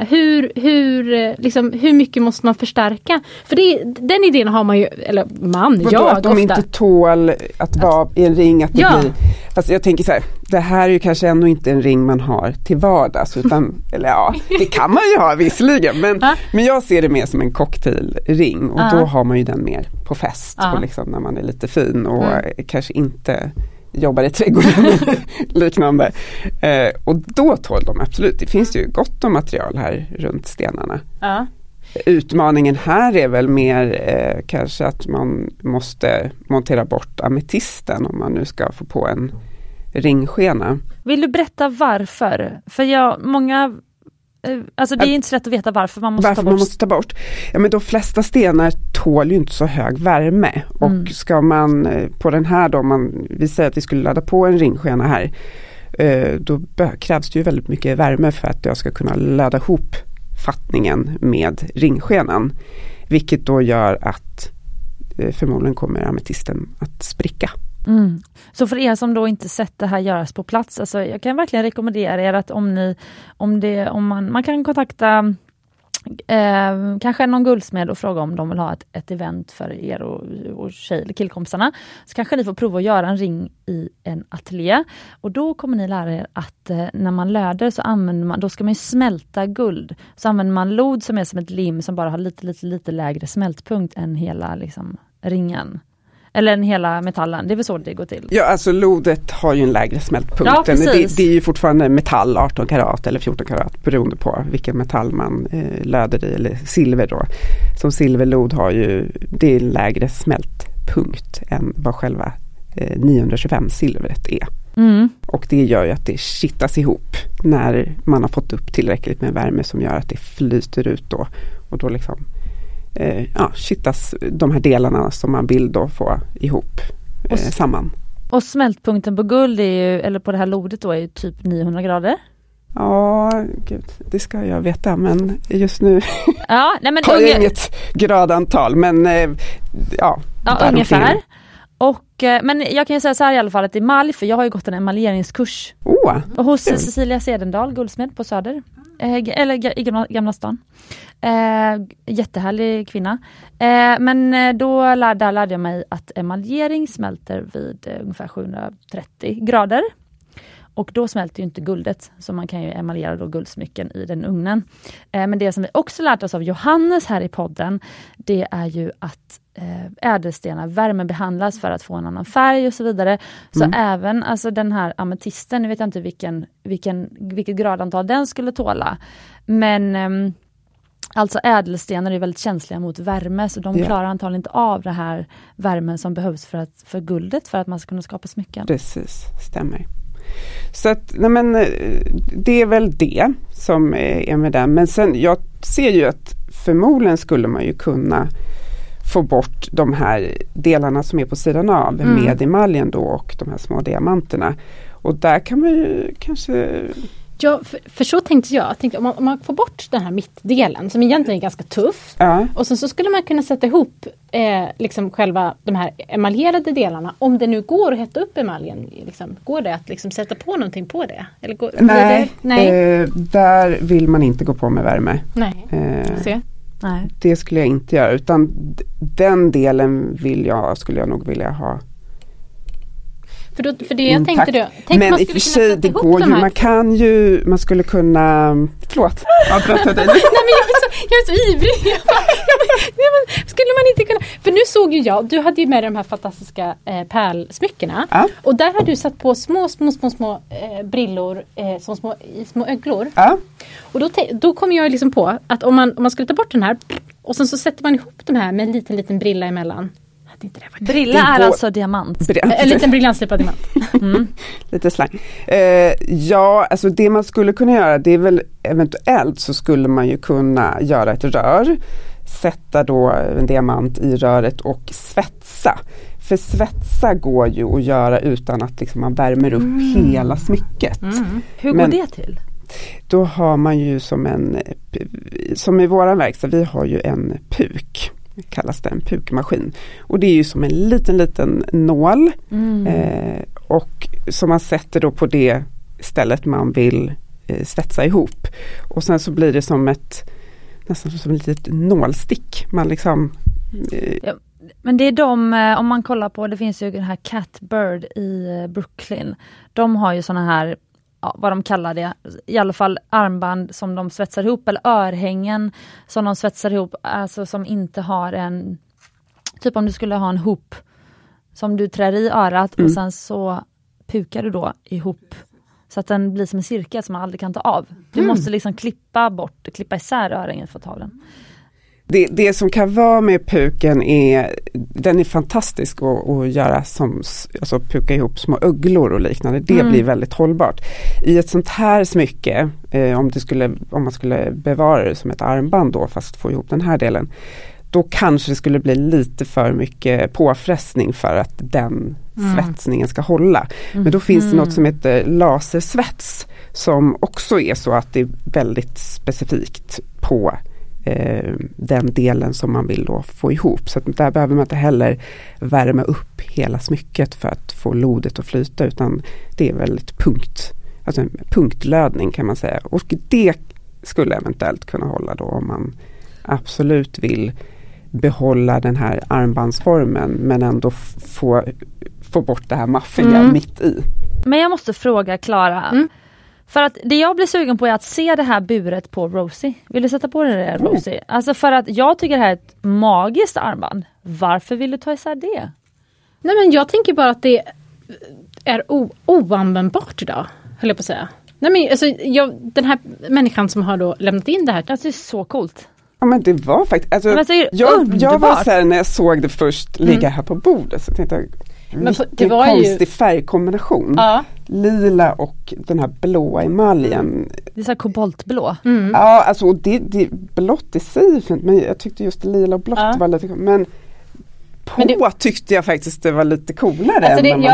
Hur mycket måste man förstärka? För den idén har man ju, eller att de inte tål att vara i en ring, att det blir. Fast jag tänker så här, det här är ju kanske ändå inte en ring man har till vardags utan, eller det kan man ju ha visserligen, men jag ser det mer som en cocktailring och då har man ju den mer på fest och liksom när man är lite fin och kanske inte jobbar i trädgården liknande. Och då tål de absolut. Det finns ju gott om material här runt stenarna. Utmaningen här är väl mer kanske att man måste montera bort ametisten om man nu ska få på en ringskena. Vill du berätta varför? För många... Alltså det är inte så lätt att veta varför man måste ta bort. Ja, men de flesta stenar tål ju inte så hög värme. Och ska man på den här då, vi säger att vi skulle ladda på en ringskena här, då krävs det ju väldigt mycket värme för att jag ska kunna ladda ihop fattningen med ringskenan. Vilket då gör att förmodligen kommer ametisten att spricka. Så för er som då inte sett det här göras på plats, alltså jag kan verkligen rekommendera er att man kan kontakta kanske någon guldsmed och fråga om de vill ha ett event för er och tjej eller killkompisarna, så kanske ni får prova att göra en ring i en ateljé och då kommer ni lära er att när man löder så då ska man ju smälta guld, så använder man lod som är som ett lim som bara har lite lägre smältpunkt än hela liksom ringen. Eller hela metallen, det är väl så det går till. Ja, alltså lodet har ju en lägre smältpunkt. Ja, det är ju fortfarande metall, 18 karat eller 14 karat beroende på vilken metall man löder i, eller silver då. Som silverlod har ju, det är en lägre smältpunkt än vad själva 925 silvret är. Och det gör ju att det kittas ihop när man har fått upp tillräckligt med värme som gör att det flyter ut då. Och då liksom kittas de här delarna som man vill då få ihop samman. Och smältpunkten på guld är ju, eller på det här lodet då, är ju typ 900 grader. Ja, gud, det ska jag veta, men just nu har jag inget gradantal, men ungefär. Men jag kan ju säga så här i alla fall att emalj, för jag har ju gått en emaljeringskurs hos Cecilia Sedendal, guldsmed på Söder, eller i Gamla stan. Jättehärlig kvinna. Men där lärde jag mig att emaljering smälter vid ungefär 730 grader. Och då smälter ju inte guldet, så man kan ju emaljera då guldsmycken i den ugnen. Men det som vi också lärt oss av Johannes här i podden, det är ju att ädelstenar värmebehandlas för att få en annan färg och så vidare. Så även alltså den här ametisten, nu vet jag inte vilket gradantal den skulle tåla. Men alltså ädelstenar är väldigt känsliga mot värme, så de klarar antagligen inte av det här värmen som behövs för guldet, för att man ska kunna skapa smycken. Precis, stämmer. Så att, det är väl det som är med den. Men sen, jag ser ju att förmodligen skulle man ju kunna få bort de här delarna som är på sidan av med emaljen då och de här små diamanterna. Och där kan man ju kanske... Ja, för så tänkte jag. Om man får bort den här mittdelen som egentligen är ganska tuff. Och så skulle man kunna sätta ihop liksom själva de här emaljerade delarna. Om det nu går att hetta upp emaljen. Liksom, går det att liksom sätta på någonting på det? Eller Nej. Där vill man inte gå på med värme. Nej. Nej. Det skulle jag inte göra. Utan den delen skulle jag nog vilja ha. För det jag tänkte då. Men i och för sig, det går ju, man skulle kunna, förlåt. Nej, men jag är så ivrig. Skulle man inte kunna, för nu såg ju jag, du hade ju med de här fantastiska pärlsmyckena. Och där har du satt på små brillor, som små öglor. Och då kom jag liksom på att om man skulle ta bort den här och sen så sätter man ihop de här med en liten brilla emellan. Brilla är alltså diamant. En liten briljantslipad diamant. Lite slang. Alltså det man skulle kunna göra, det är väl eventuellt så skulle man ju kunna göra ett rör. Sätta då en diamant i röret och svetsa. För svetsa går ju att göra utan att liksom man värmer upp hela smycket. Hur går det till? Då har man ju som i våran verkstad, vi har ju en puk. Kallas det en pukmaskin. Och det är ju som en liten nål. Och som man sätter då på det stället man vill svetsa ihop. Och sen så blir det nästan som ett litet nålstick. Man liksom... Ja, men det är om man kollar på, det finns ju den här Catbird i Brooklyn. De har ju såna här, vad de kallar det, i alla fall armband som de svetsar ihop, eller örhängen som de svetsar ihop, alltså som inte har en, typ om du skulle ha en hop som du trär i örat och sen så pukar du då ihop så att den blir som en cirkel som man aldrig kan ta av. Du måste liksom klippa isär örhängen för att ta den. Det som kan vara med puken den är fantastisk att göra alltså puka ihop små öglor och liknande. Det blir väldigt hållbart. I ett sånt här smycke, om man skulle bevara det som ett armband då, fast få ihop den här delen, då kanske det skulle bli lite för mycket påfrestning för att den svetsningen ska hålla. Men då finns det något som heter lasersvets som också är så att det är väldigt specifikt på den delen som man vill då få ihop. Så att där behöver man inte heller värma upp hela smycket för att få lodet att flyta, utan det är väldigt punktlödning kan man säga. Och det skulle eventuellt kunna hålla då om man absolut vill behålla den här armbandsformen men ändå få bort det här maffiga mitt i. Men jag måste fråga Klara. För att det jag blir sugen på är att se det här buret på Rosie. Vill du sätta på det där, Rosie? Alltså för att jag tycker det här är ett magiskt armband. Varför vill du ta isär det? Nej, men jag tänker bara att det är oanvändbart idag, höll jag på att säga. Nej, men alltså, den här människan som har då lämnat in det här. Alltså, det är så coolt. Ja, men det var faktiskt... Alltså, jag var så här, när jag såg det först ligga här på bordet, så tänkte jag... Men det var konstig färgkombination. Lila och den här blåa emaljen. Det är så här koboltblå. Ja, alltså det blått i sig fint, men jag tyckte just lila och blått var lite... Men tyckte jag faktiskt det var lite coolare alltså än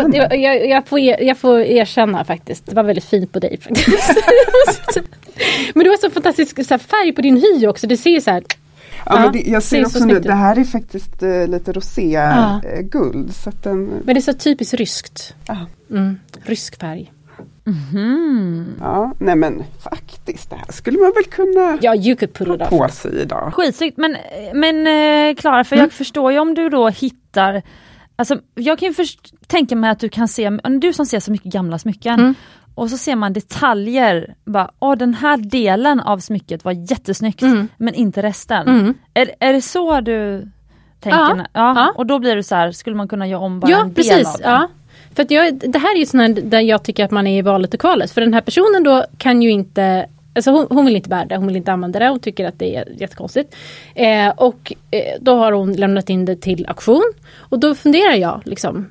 jag får erkänna faktiskt. Det var väldigt fint på dig faktiskt. Men det var så fantastisk så här, färg på din hy också. Det ser så här... men jag ser också nu, det här är faktiskt lite rosé guld. Så att men det är så typiskt ryskt. Rysk färg. Ja, nej men faktiskt, det här skulle man väl kunna you could put it på sig idag. Skitsnyggt, men Klara, för jag förstår ju om du då hittar, alltså jag kan ju tänka mig att du kan se, du som ser så mycket gamla smycken, och så ser man detaljer, bara, den här delen av smycket var jättesnyggt, men inte resten. Är det så du tänker? Ja. Och då blir det så här, skulle man kunna göra om bara en del av den? Ja. För att det här är ju sådana där jag tycker att man är i valet och kvalet. För den här personen då kan ju inte, alltså hon vill inte bära det, hon vill inte använda det, hon tycker att det är jättekonstigt. Då har hon lämnat in det till auktion. Och då funderar jag liksom,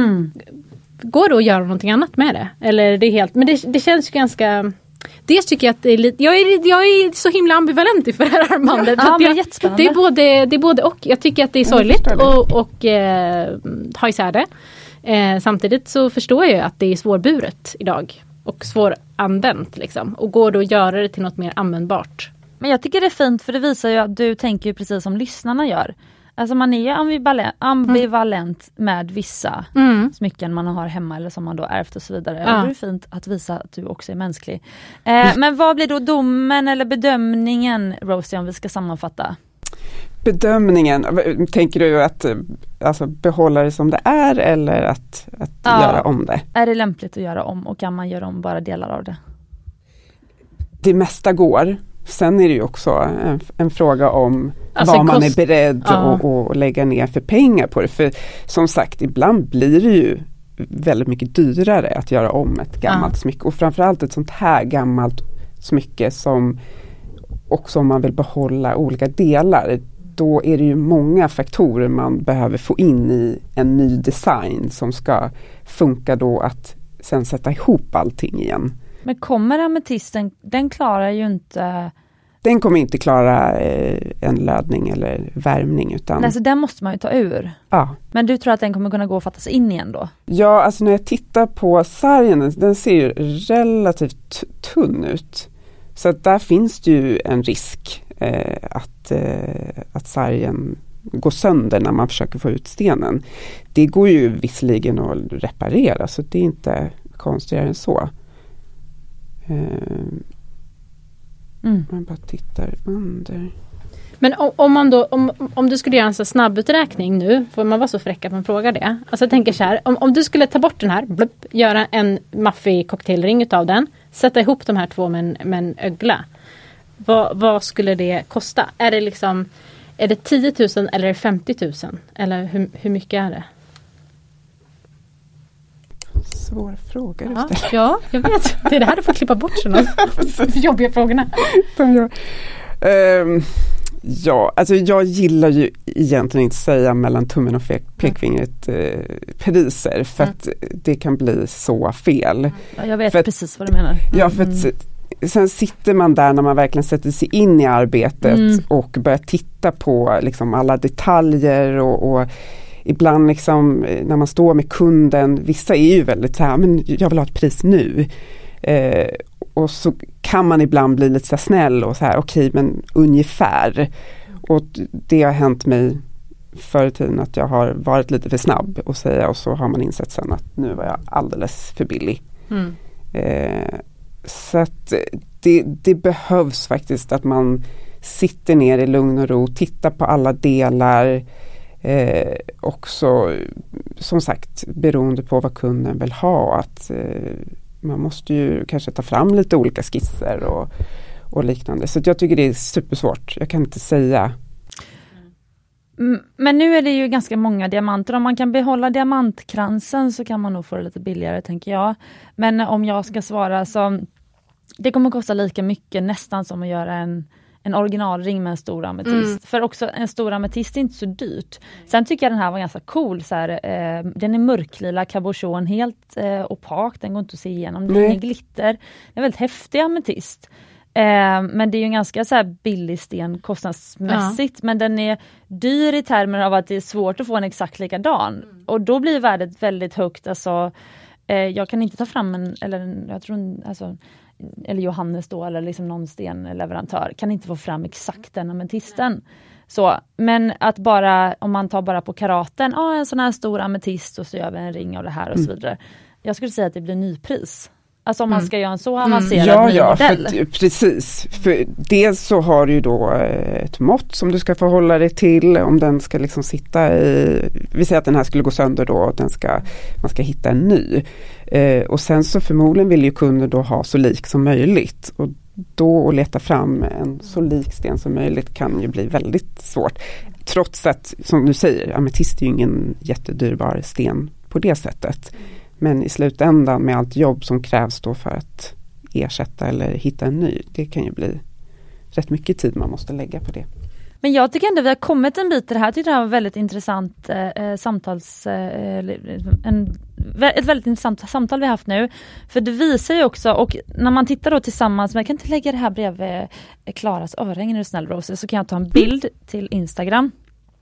går det att göra någonting annat med det? Eller det är helt, men det känns ju ganska... Dels tycker jag att det är lite, jag är så himla ambivalent inför det här armbandet. Ja, men jättespännande. Det är både och. Jag tycker att det är sorgligt och ha isär det. Samtidigt så förstår jag att det är svårburet idag och svåranvänt liksom. Och går då att göra det till något mer användbart. Men jag tycker det är fint, för det visar ju att du tänker ju precis som lyssnarna gör. Alltså man är ju ambivalent med vissa smycken man har hemma eller som man då ärvt och så vidare. Och det är fint att visa att du också är mänsklig. Men vad blir då domen eller bedömningen, Rosie, om vi ska sammanfatta? Bedömningen, tänker du att alltså, behålla det som det är eller att göra om det? Är det lämpligt att göra om, och kan man göra om bara delar av det? Det mesta går. Sen är det ju också en fråga om alltså vad man är beredd att lägga ner för pengar på det. För som sagt, ibland blir det ju väldigt mycket dyrare att göra om ett gammalt smycke. Och framförallt ett sånt här gammalt smycke som också om man vill behålla olika delar. Då är det ju många faktorer man behöver få in i en ny design som ska funka då att sen sätta ihop allting igen. Men kommer ametisten, den klarar ju inte... Den kommer inte klara en lödning eller värmning. Utan... Nej, så den måste man ju ta ur. Ja. Men du tror att den kommer kunna gå och fattas in igen då? Ja, alltså när jag tittar på sargen, den ser ju relativt tunn ut. Så att där finns det ju en risk att sargen går sönder när man försöker få ut stenen. Det går ju visserligen att reparera, så det är inte konstigare än så. Man bara tittar under. Men om du skulle göra en så snabbuträkning nu, får man vara så fräck att man frågar det. Alltså jag tänker så här, om du skulle ta bort den här, göra en maffig cocktailring utav den, sätta ihop de här två med en ögla. Vad skulle det kosta? Är det 10 000 eller är det 50 000? Eller hur mycket är det? Svår fråga. Ja, jag vet. Det är det här du får klippa bort sådana jobbiga frågorna. Ja, alltså jag gillar ju egentligen inte säga mellan tummen och pekfingret priser, för att det kan bli så fel. Ja, jag vet precis vad du menar. Ja, för att sen sitter man där när man verkligen sätter sig in i arbetet och börjar titta på liksom alla detaljer och ibland liksom, när man står med kunden, vissa är ju väldigt så här, men jag vill ha ett pris nu. Och så kan man ibland bli lite så snäll och så här, okej, men ungefär. Och det har hänt mig förr i tiden att jag har varit lite för snabb och säga, och så har man insett sen att nu var jag alldeles för billig. Så att det behövs faktiskt att man sitter ner i lugn och ro, tittar på alla delar. Också som sagt beroende på vad kunden vill ha, att man måste ju kanske ta fram lite olika skisser och liknande, så jag tycker det är supersvårt, jag kan inte säga. Men nu är det ju ganska många diamanter. Om man kan behålla diamantkransen så kan man nog få det lite billigare, tänker jag. Men om jag ska svara, så det kommer kosta lika mycket nästan som att göra en originalring med en stor ametist. För också en stor ametist är inte så dyrt. Sen tycker jag den här var ganska cool. Så här, den är mörklila cabochon, helt opak. Den går inte att se igenom. Den är glitter. Det är väldigt häftig ametist. Men det är ju en ganska så här billig sten kostnadsmässigt. Men den är dyr i termer av att det är svårt att få en exakt likadan. Och då blir värdet väldigt högt. Alltså, jag kan inte ta fram eller Johannes då, eller liksom någon stenleverantör kan inte få fram exakt den ametisten. Så, men att bara, om man tar bara på karaten, en sån här stor ametist och så gör vi en ring av det här och så vidare. Jag skulle säga att det blir nypris. Alltså om man ska göra en så avancerad ny modell. Precis. För dels så har du ju då ett mått som du ska förhålla dig till. Om den ska liksom sitta i... Vi säger att den här skulle gå sönder då. Och man ska hitta en ny. Och sen så förmodligen vill ju kunden då ha så lik som möjligt. Och då att leta fram en så lik sten som möjligt kan ju bli väldigt svårt. Trots att, som du säger, ametist är ju ingen jättedyrbar sten på det sättet. Men i slutändan med allt jobb som krävs då för att ersätta eller hitta en ny, det kan ju bli rätt mycket tid man måste lägga på det. Men jag tycker ändå vi har kommit en bit i det här. Jag tycker det här var väldigt intressant ett väldigt intressant samtal vi har haft nu. För det visar ju också, och när man tittar då tillsammans, men jag kan inte lägga det här bredvid Klaras örhängen, är du snäll Rosie, så kan jag ta en bild till Instagram.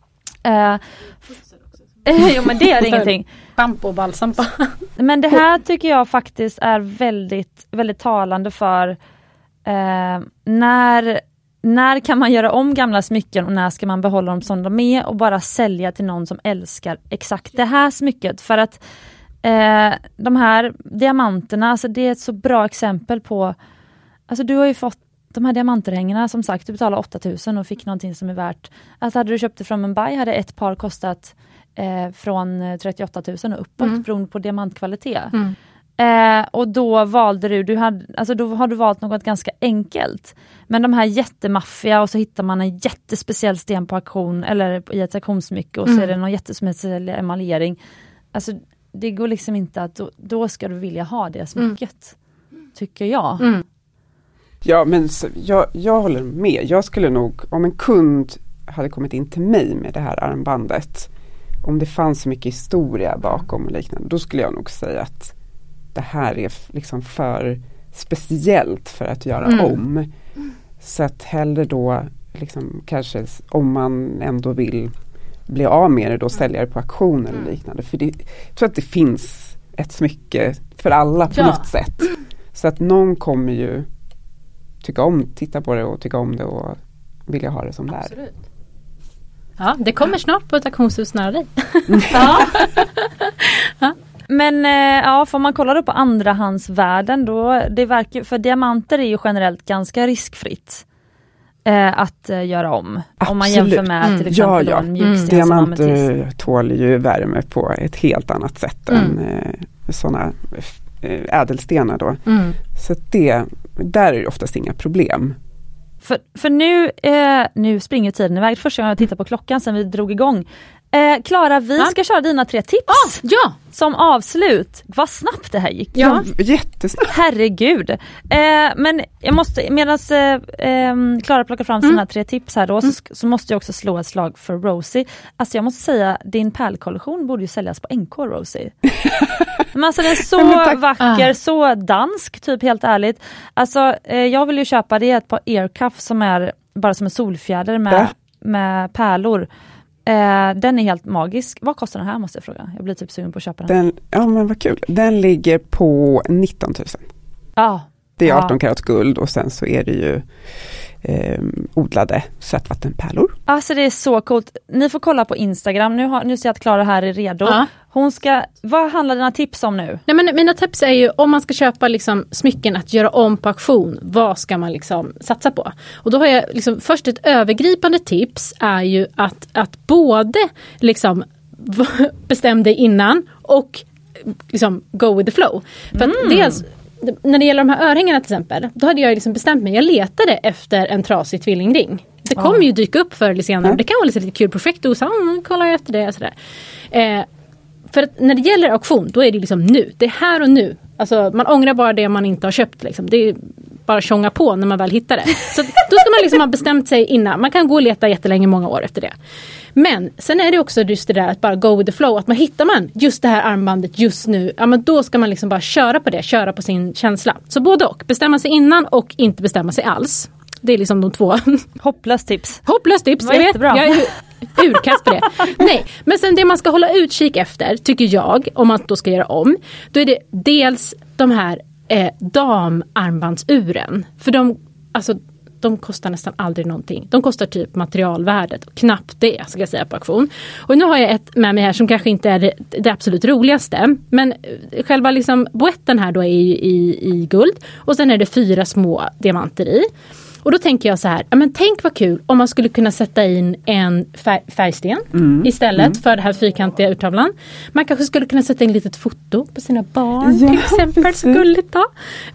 Jo, men det är ingenting. Schampo och balsam på. Men det här tycker jag faktiskt är väldigt, väldigt talande för när kan man göra om gamla smycken och när ska man behålla dem som de är och bara sälja till någon som älskar exakt det här smycket. För att de här diamanterna, alltså det är ett så bra exempel på, alltså du har ju fått de här diamantörhängena, som sagt, du betalar 8 000 och fick någonting som är värt, alltså hade du köpt det från Mumbai hade ett par kostat från 38 000 och uppåt beroende på diamantkvalitet. Och då valde då har du valt något ganska enkelt. Men de här jättemaffiga, och så hittar man en jättespeciell sten på auktion eller i ett auktionsmycke och så är det någon jättespeciell emaljering. Alltså det går liksom inte att då ska du vilja ha det smycket, tycker jag. Ja, men jag håller med. Jag skulle nog, om en kund hade kommit in till mig med det här armbandet, om det fanns så mycket historia bakom och liknande, då skulle jag nog säga att det här är liksom för speciellt för att göra om. Så att hellre då liksom, kanske om man ändå vill bli av med det, då sälja det på auktion eller liknande. För jag tror att det finns ett smycke för alla på något sätt. Så att någon kommer ju titta på det och tycka om det och vilja ha det som det är. Ja, det kommer snart på ett auktionshus nära dig. Men får man kolla då på andrahandsvärlden då, det verkar, för diamanter är ju generellt ganska riskfritt att göra om. Absolut. Om man jämför med till exempel en mjuksten. Diamanter tål ju värme på ett helt annat sätt än sådana ädelstenar då. Så där är det oftast inga problem. För nu springer tiden iväg. Första gången jag tittar på klockan sen vi drog igång. Klara, vi ska köra dina 3 tips. Ja. Som avslut. Vad snabbt det här gick. Ja, jättesnabbt. Herregud. Men jag måste, medan Klara plockar fram sina 3 tips här då, så måste jag också slå ett slag för Rosie. Alltså jag måste säga, din pärlkollektion borde ju säljas på NK, Rosie. Men alltså den är så vacker, så dansk, typ, helt ärligt. Alltså jag vill ju köpa det, ett par earcuff som är bara som en solfjäder med pärlor. Den är helt magisk. Vad kostar den här, måste jag fråga? Jag blir typ sugen på att köpa den. Ja, men vad kul. Den ligger på 19 000. Ja. Det är 18 karat guld och sen så är det ju odlade sötvattenpärlor. Alltså det är så coolt. Ni får kolla på Instagram. Nu ser jag att Klara här är redo. Vad handlar dina tips om nu? Nej, men mina tips är ju, om man ska köpa liksom smycken att göra om på auktion, vad ska man liksom satsa på? Och då har jag liksom, först ett övergripande tips är ju att både liksom bestäm dig innan och liksom go with the flow. För att dels, när det gäller de här örhängena till exempel, då hade jag liksom bestämt mig. Jag letade efter en trasig tvillingring. Det kommer ju dyka upp förr eller senare. Det kan vara lite kul projekt och så kollar jag efter det och sådär. För att när det gäller auktion, då är det liksom nu. Det är här och nu. Alltså man ångrar bara det man inte har köpt. Liksom. Det är bara tjonga på när man väl hittar det. Så då ska man liksom ha bestämt sig innan. Man kan gå och leta jättelänge, många år efter det. Men sen är det också just det där att bara go with the flow. Att man hittar man just det här armbandet just nu. Ja, men då ska man liksom bara köra på det. Köra på sin känsla. Så både och. Bestämma sig innan och inte bestämma sig alls. Det är liksom de 2. Hopplöst tips. Hopplöst tips, jag vet. Jag är urkast på det. Nej, men sen det man ska hålla utkik efter, tycker jag, om man då ska göra om, då är det dels de här damarmbandsuren. För de kostar nästan aldrig någonting. De kostar typ materialvärdet. Och knappt det, ska jag säga, på auktion. Och nu har jag ett med mig här som kanske inte är det absolut roligaste. Men själva liksom boetten här då är i guld. Och sen är det 4 små diamanter i. Och då tänker jag så här, men tänk vad kul om man skulle kunna sätta in en färgsten istället för det här fyrkantiga urtavlan. Man kanske skulle kunna sätta in ett litet foto på sina barn till exempel. Gulligt då.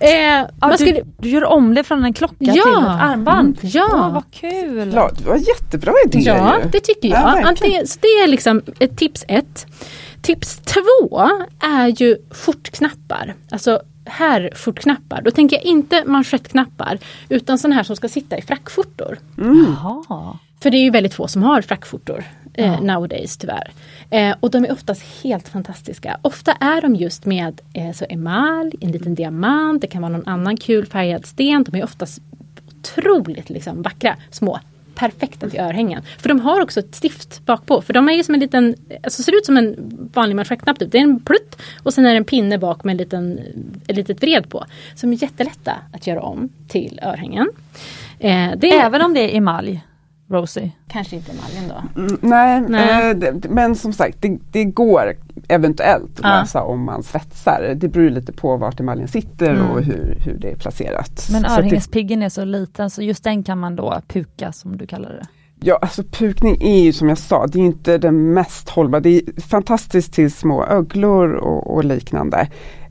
Du gör om det från en klocka till ett armband. Ja. Vad kul. Ja, det var jättebra idé. Ja, det tycker jag. Ja, så det är liksom ett tips 1. Tips 2 är ju fortknappar. Alltså här fortknappar. Då tänker jag inte manschettknappar utan sådana här som ska sitta i frackskjortor. För det är ju väldigt få som har frackskjortor nowadays tyvärr. Och de är oftast helt fantastiska. Ofta är de just med så emalj, en liten diamant, det kan vara någon annan kul färgad sten. De är oftast otroligt liksom vackra, små. Perfekta till örhängen. För de har också ett stift bakpå. För de är ju som en liten, alltså ser ut som en vanlig manschettknapp. Det är en plutt och sen är det en pinne bak med ett litet vred på. Som är jättelätta att göra om till örhängen. Även om det är emalj, Rosie? Kanske inte emaljen då. Nej. Men som sagt, det går eventuellt att lösa om man svetsar. Det beror lite på vart emaljen sitter och hur det är placerat. Men örhängespiggen är så liten så just den kan man då puka som du kallar det. Ja, alltså pukning är ju som jag sa, det är inte det mest hållbara. Det är fantastiskt till små öglor och liknande.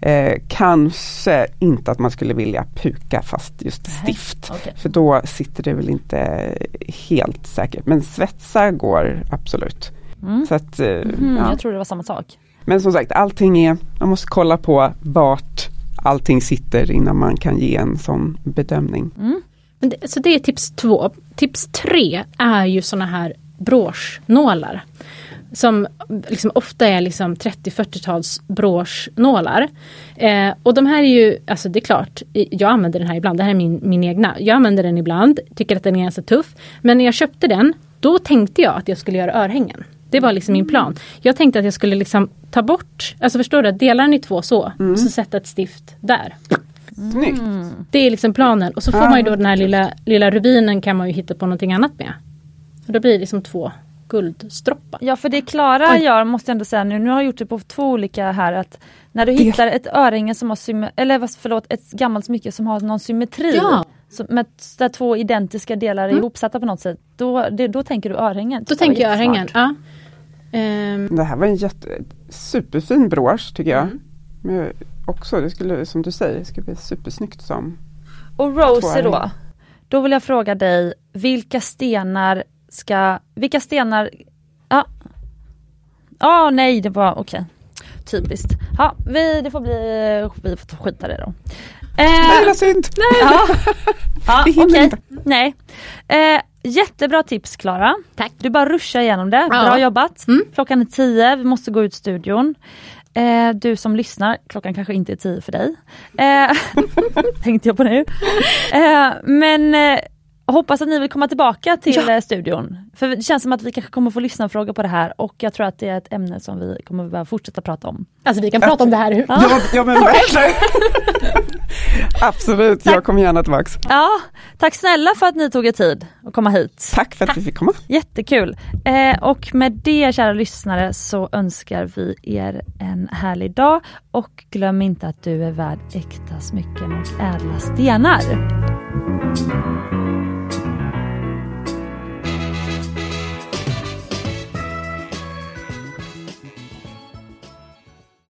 Kanske inte att man skulle vilja puka fast just stift. Okay. För då sitter det väl inte helt säkert. Men svetsa går absolut. Så att, Jag tror det var samma sak. Men som sagt, man måste kolla på vart allting sitter innan man kan ge en sån bedömning. Så det är tips 2. Tips 3 är ju såna här broschnålar. Som liksom ofta är liksom 30-40-tals broschnålar. Och de här är ju, alltså det är klart, jag använder den här ibland. Det här är min egna. Jag använder den ibland, tycker att den är ganska tuff. Men när jag köpte den, då tänkte jag att jag skulle göra örhängen. Det var liksom min plan. Jag tänkte att jag skulle liksom ta bort, alltså förstår du, dela den i 2 så sätta ett stift där. Snyggt. Det är liksom planen. Och så får man ju då den här lilla rubinen kan man ju hitta på någonting annat med. Och då blir det liksom 2 guldstroppar. Ja, för det Klara gör, måste jag ändå säga nu har jag gjort det på 2 olika här, att när du hittar ett örhänge som har ett gammalt smycke som har någon symmetri med 2 identiska delar ihopsatta på något sätt, då tänker du örhängen. Då tänker jag örhängen, ja. Det här var en superfin brosch tycker jag. Men också, det skulle, som du säger, det skulle bli supersnyggt som. Och Rosie då vill jag fråga dig, vilka stenar nej, det var okej. Typiskt. Ja, vi får skita det då. Nej, vad synd. Okej. Nej. Jättebra tips, Klara. Tack. Du bara ruschar igenom det. Bra jobbat. Klockan är 10, vi måste gå ut studion. Du som lyssnar, klockan kanske inte är 10 för dig. Tänkte jag på nu. Men hoppas att ni vill komma tillbaka till studion. För det känns som att vi kanske kommer få lyssna och fråga på det här. Och jag tror att det är ett ämne som vi kommer behöva fortsätta prata om. Alltså vi kan prata om det här. Ja men verkligen. Absolut, jag kommer gärna tillbaka. Ja, tack snälla för att ni tog er tid att komma hit. Tack för att vi fick komma. Jättekul. Och med det, kära lyssnare, så önskar vi er en härlig dag. Och glöm inte att du är värd äkta smycken och ädla stenar.